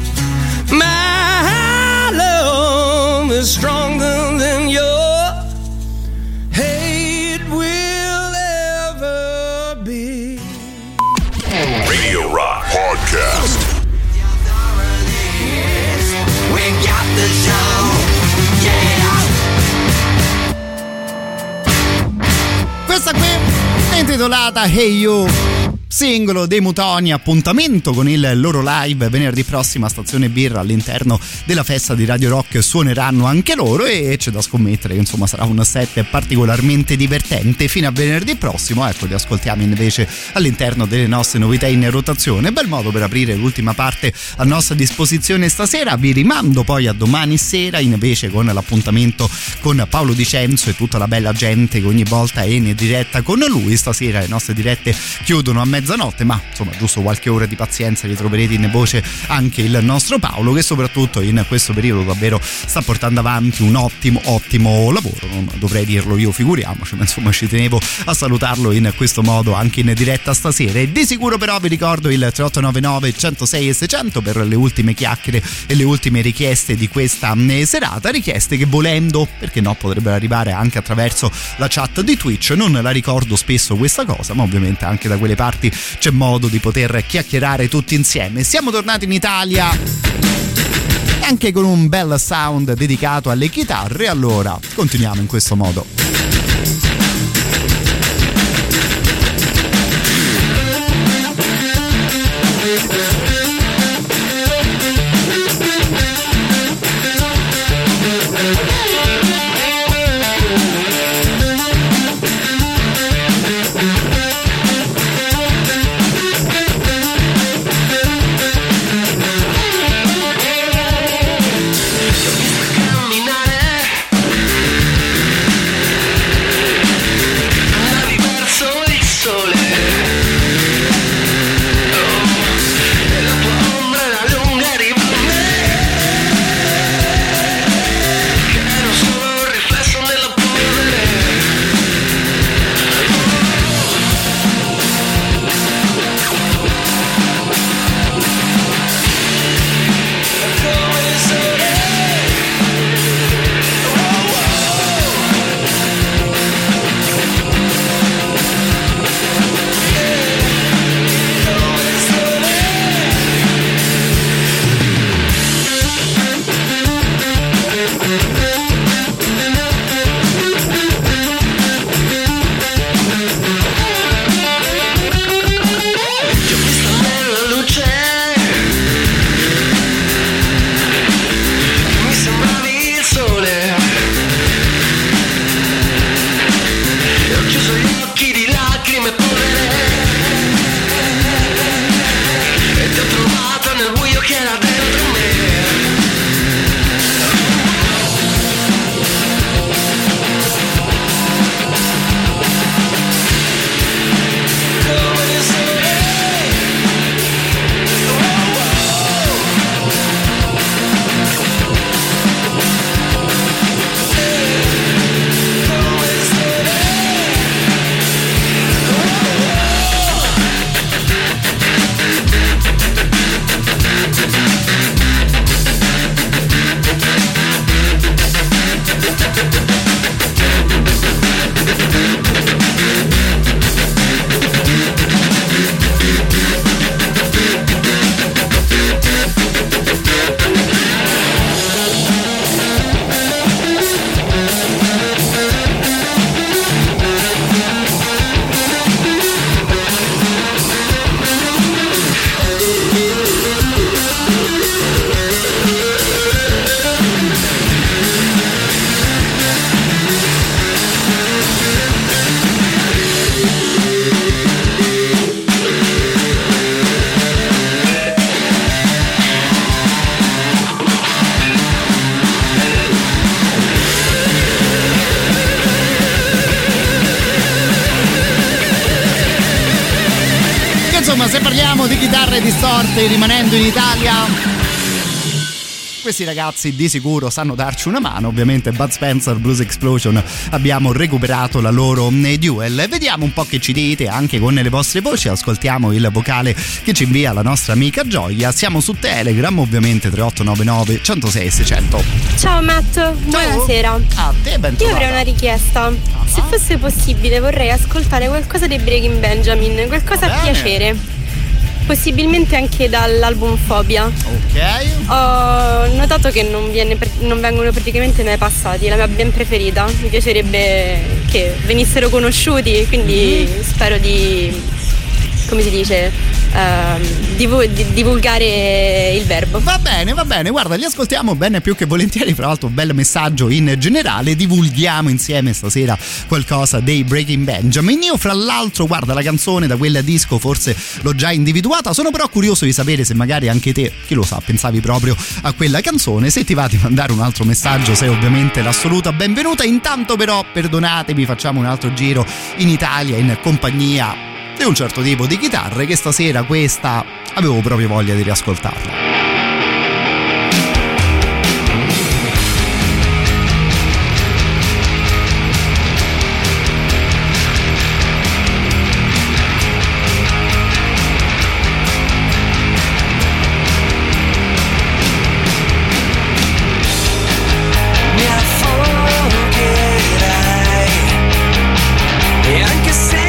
My love is stronger than your hate will ever be. Radio Rock Podcast. We got the show, yeah. Questa qui è intitolata Hey You, singolo dei Mutoni, appuntamento con il loro live venerdì prossimo a Stazione Birra all'interno della festa di Radio Rock. Suoneranno anche loro e c'è da scommettere che insomma sarà un set particolarmente divertente fino a venerdì prossimo. Ecco, li ascoltiamo invece all'interno delle nostre novità in rotazione. Bel modo per aprire l'ultima parte a nostra disposizione stasera. Vi rimando poi a domani sera invece con l'appuntamento con Paolo Di Cenzo e tutta la bella gente che ogni volta è in diretta con lui. Stasera le nostre dirette chiudono a mezzanotte, ma insomma giusto qualche ora di pazienza, ritroverete in voce anche il nostro Paolo, che soprattutto in questo periodo davvero sta portando avanti un ottimo ottimo lavoro. Non dovrei dirlo io, figuriamoci, ma insomma ci tenevo a salutarlo in questo modo anche in diretta stasera. E di sicuro però vi ricordo il tre otto nove nove uno zero sei e seicento per le ultime chiacchiere e le ultime richieste di questa serata, richieste che volendo, perché no, potrebbero arrivare anche attraverso la chat di Twitch. Non la ricordo spesso questa cosa, ma ovviamente anche da quelle parti c'è modo di poter chiacchierare tutti insieme. Siamo tornati in Italia anche con un bel sound dedicato alle chitarre, allora continuiamo in questo modo. Parliamo di chitarre distorte rimanendo in Italia. Questi ragazzi di sicuro sanno darci una mano, ovviamente Bud Spencer, Blues Explosion, abbiamo recuperato la loro duel. Vediamo un po' che ci dite anche con le vostre voci, ascoltiamo il vocale che ci invia la nostra amica Gioia. Siamo su Telegram, ovviamente tre otto nove nove, uno zero sei, sei zero zero. Ciao Matt, buonasera. A te, ben Io avrei una richiesta. Uh-huh. Se fosse possibile vorrei ascoltare qualcosa dei Breaking Benjamin, qualcosa a piacere. Possibilmente anche dall'album Phobia. Ok. Ho notato che non, viene, non vengono praticamente mai passati, è la mia band preferita. Mi piacerebbe che venissero conosciuti, quindi mm-hmm. spero di, come si dice, uh, divu- di divulgare il verbo. Va bene, va bene, guarda, li ascoltiamo bene più che volentieri. Fra l'altro, bel messaggio in generale. Divulghiamo insieme stasera qualcosa dei Breaking Benjamin. Io, fra l'altro, guarda, la canzone da quella disco forse l'ho già individuata. Sono però curioso di sapere se magari anche te, chi lo sa, pensavi proprio a quella canzone. Se ti va di mandare un altro messaggio, sei ovviamente l'assoluta benvenuta. Intanto, però, perdonatemi, facciamo un altro giro in Italia in compagnia di un certo tipo di chitarre che stasera questa avevo proprio voglia di riascoltarla.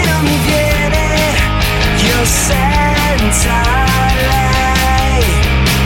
Senza lei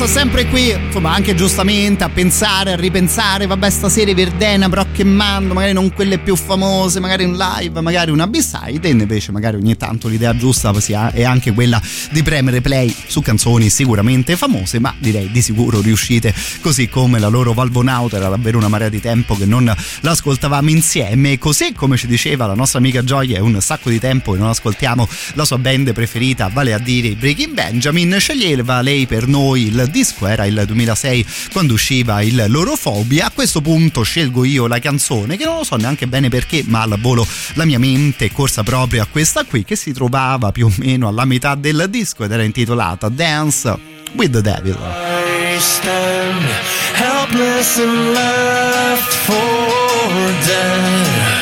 sto sempre qui, insomma, anche giustamente a pensare, a ripensare, vabbè, stasera i Verdena però che mando, magari non quelle più famose, magari un live, magari una B-side, e invece magari ogni tanto l'idea giusta è anche quella di premere play su canzoni sicuramente famose, ma direi di sicuro riuscite, così come la loro Valvonauta, era davvero una marea di tempo che non l'ascoltavamo insieme, così come ci diceva la nostra amica Gioia, è un sacco di tempo che non ascoltiamo la sua band preferita, vale a dire i Breaking Benjamin. Sceglieva lei per noi il disco, era il duemilasei quando usciva il loro Phobia. A questo punto scelgo io la canzone che non lo so neanche bene perché, ma al volo la mia mente è corsa proprio a questa qui, che si trovava più o meno alla metà del disco ed era intitolata Dance with the Devil. I stand helpless and left for dead.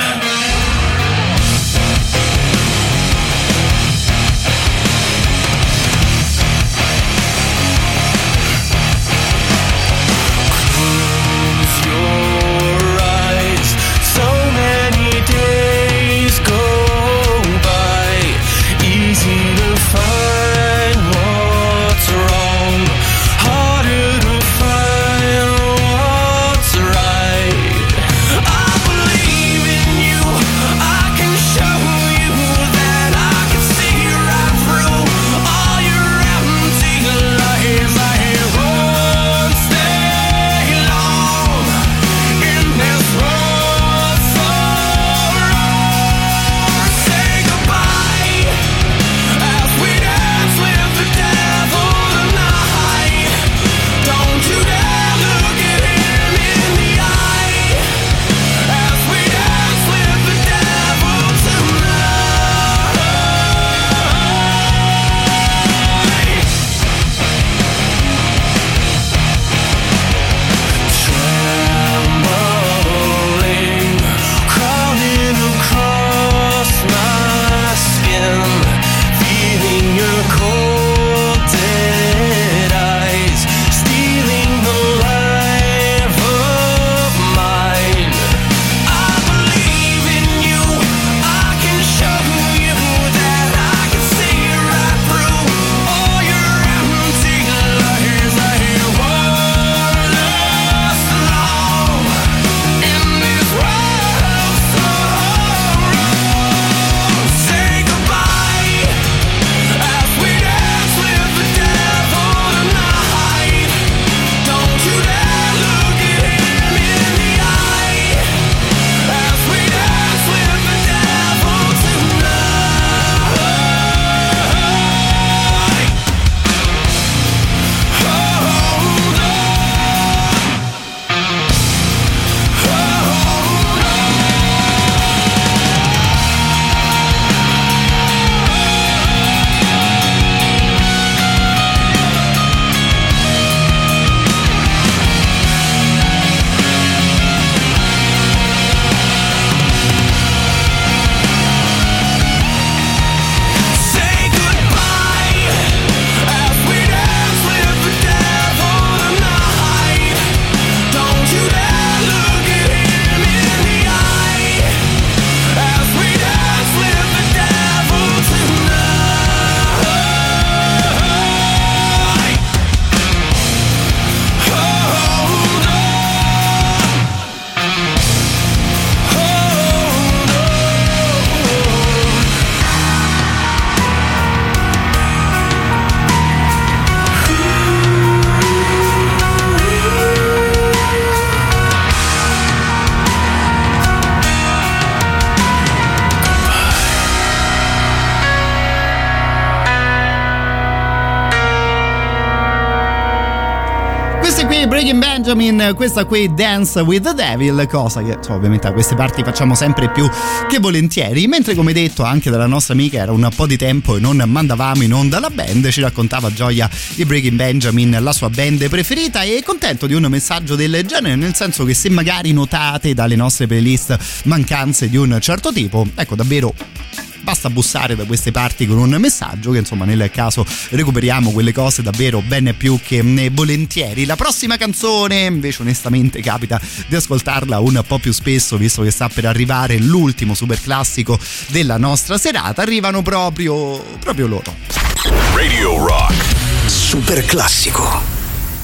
Breaking Benjamin, questa qui Dance with the Devil, cosa che so, ovviamente a queste parti facciamo sempre più che volentieri, mentre come detto anche dalla nostra amica era un po' di tempo e non mandavamo in onda la band, ci raccontava Gioia di Breaking Benjamin, la sua band preferita, e contento di un messaggio del genere, nel senso che se magari notate dalle nostre playlist mancanze di un certo tipo, ecco davvero basta bussare da queste parti con un messaggio che insomma nel caso recuperiamo quelle cose davvero ben più che volentieri. La prossima canzone invece onestamente capita di ascoltarla un po' più spesso, visto che sta per arrivare l'ultimo super classico della nostra serata, arrivano proprio proprio loro. Radio Rock Super classico.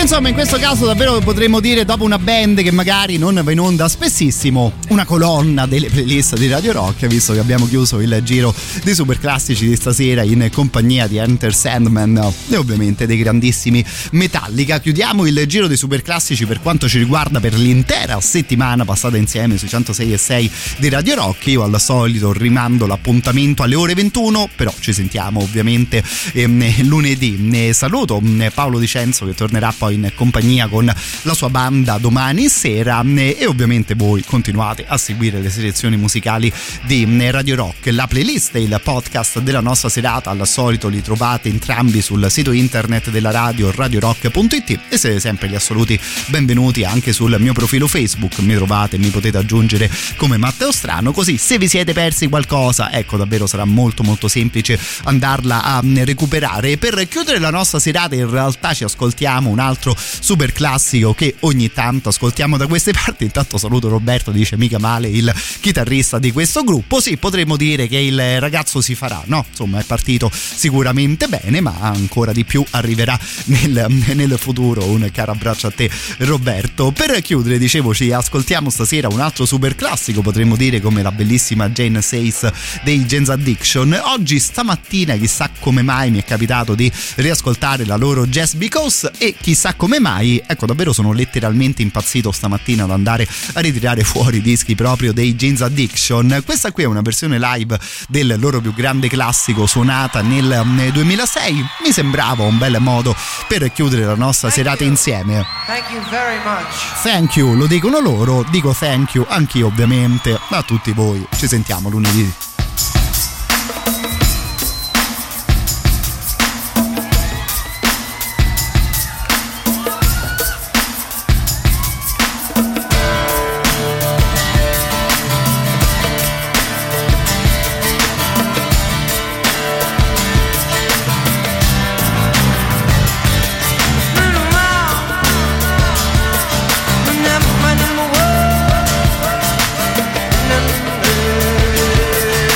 Insomma, in questo caso davvero potremmo dire, dopo una band che magari non va in onda spessissimo, una colonna delle playlist di Radio Rock, visto che abbiamo chiuso il giro dei super classici di stasera in compagnia di Enter Sandman e ovviamente dei grandissimi Metallica. Chiudiamo il giro dei super classici per quanto ci riguarda per l'intera settimana passata insieme sui centosei e sei di Radio Rock. Io al solito rimando l'appuntamento alle ore ventuno, però ci sentiamo ovviamente ehm, lunedì. E saluto Paolo Di Cenzo, che tornerà poi in compagnia con la sua banda domani sera, e ovviamente voi continuate a seguire le selezioni musicali di Radio Rock. La playlist e il podcast della nostra serata al solito li trovate entrambi sul sito internet della radio, radio rock punto it, e siete sempre gli assoluti benvenuti anche sul mio profilo Facebook. Mi trovate, mi potete aggiungere come Matteo Strano, così se vi siete persi qualcosa, ecco, davvero sarà molto molto semplice andarla a recuperare. Per chiudere la nostra serata in realtà ci ascoltiamo un altro super classico che ogni tanto ascoltiamo da queste parti. Intanto saluto Roberto, dice mica male il chitarrista di questo gruppo. Sì, potremmo dire che il ragazzo si farà, no? Insomma, è partito sicuramente bene, ma ancora di più arriverà nel, nel futuro. Un caro abbraccio a te, Roberto. Per chiudere, dicevo, ci ascoltiamo stasera un altro super classico, potremmo dire, come la bellissima Jane Says dei Jane's Addiction. Oggi, stamattina, chissà come mai mi è capitato di riascoltare la loro Just Because, e chissà come mai, ecco, davvero sono letteralmente impazzito stamattina ad andare a ritirare fuori i dischi proprio dei Jane's Addiction. Questa qui è una versione live del loro più grande classico, suonata nel duemilasei. Mi sembrava un bel modo per chiudere la nostra thank serata you. Insieme. Thank you very much. Thank you, lo dicono loro, dico thank you anch'io ovviamente a tutti voi. Ci sentiamo lunedì. Never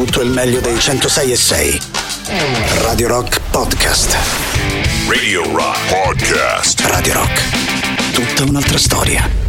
tutto il meglio dei centosei e sei. Radio Rock Podcast. Radio Rock Podcast. Radio Rock. Tutta un'altra storia.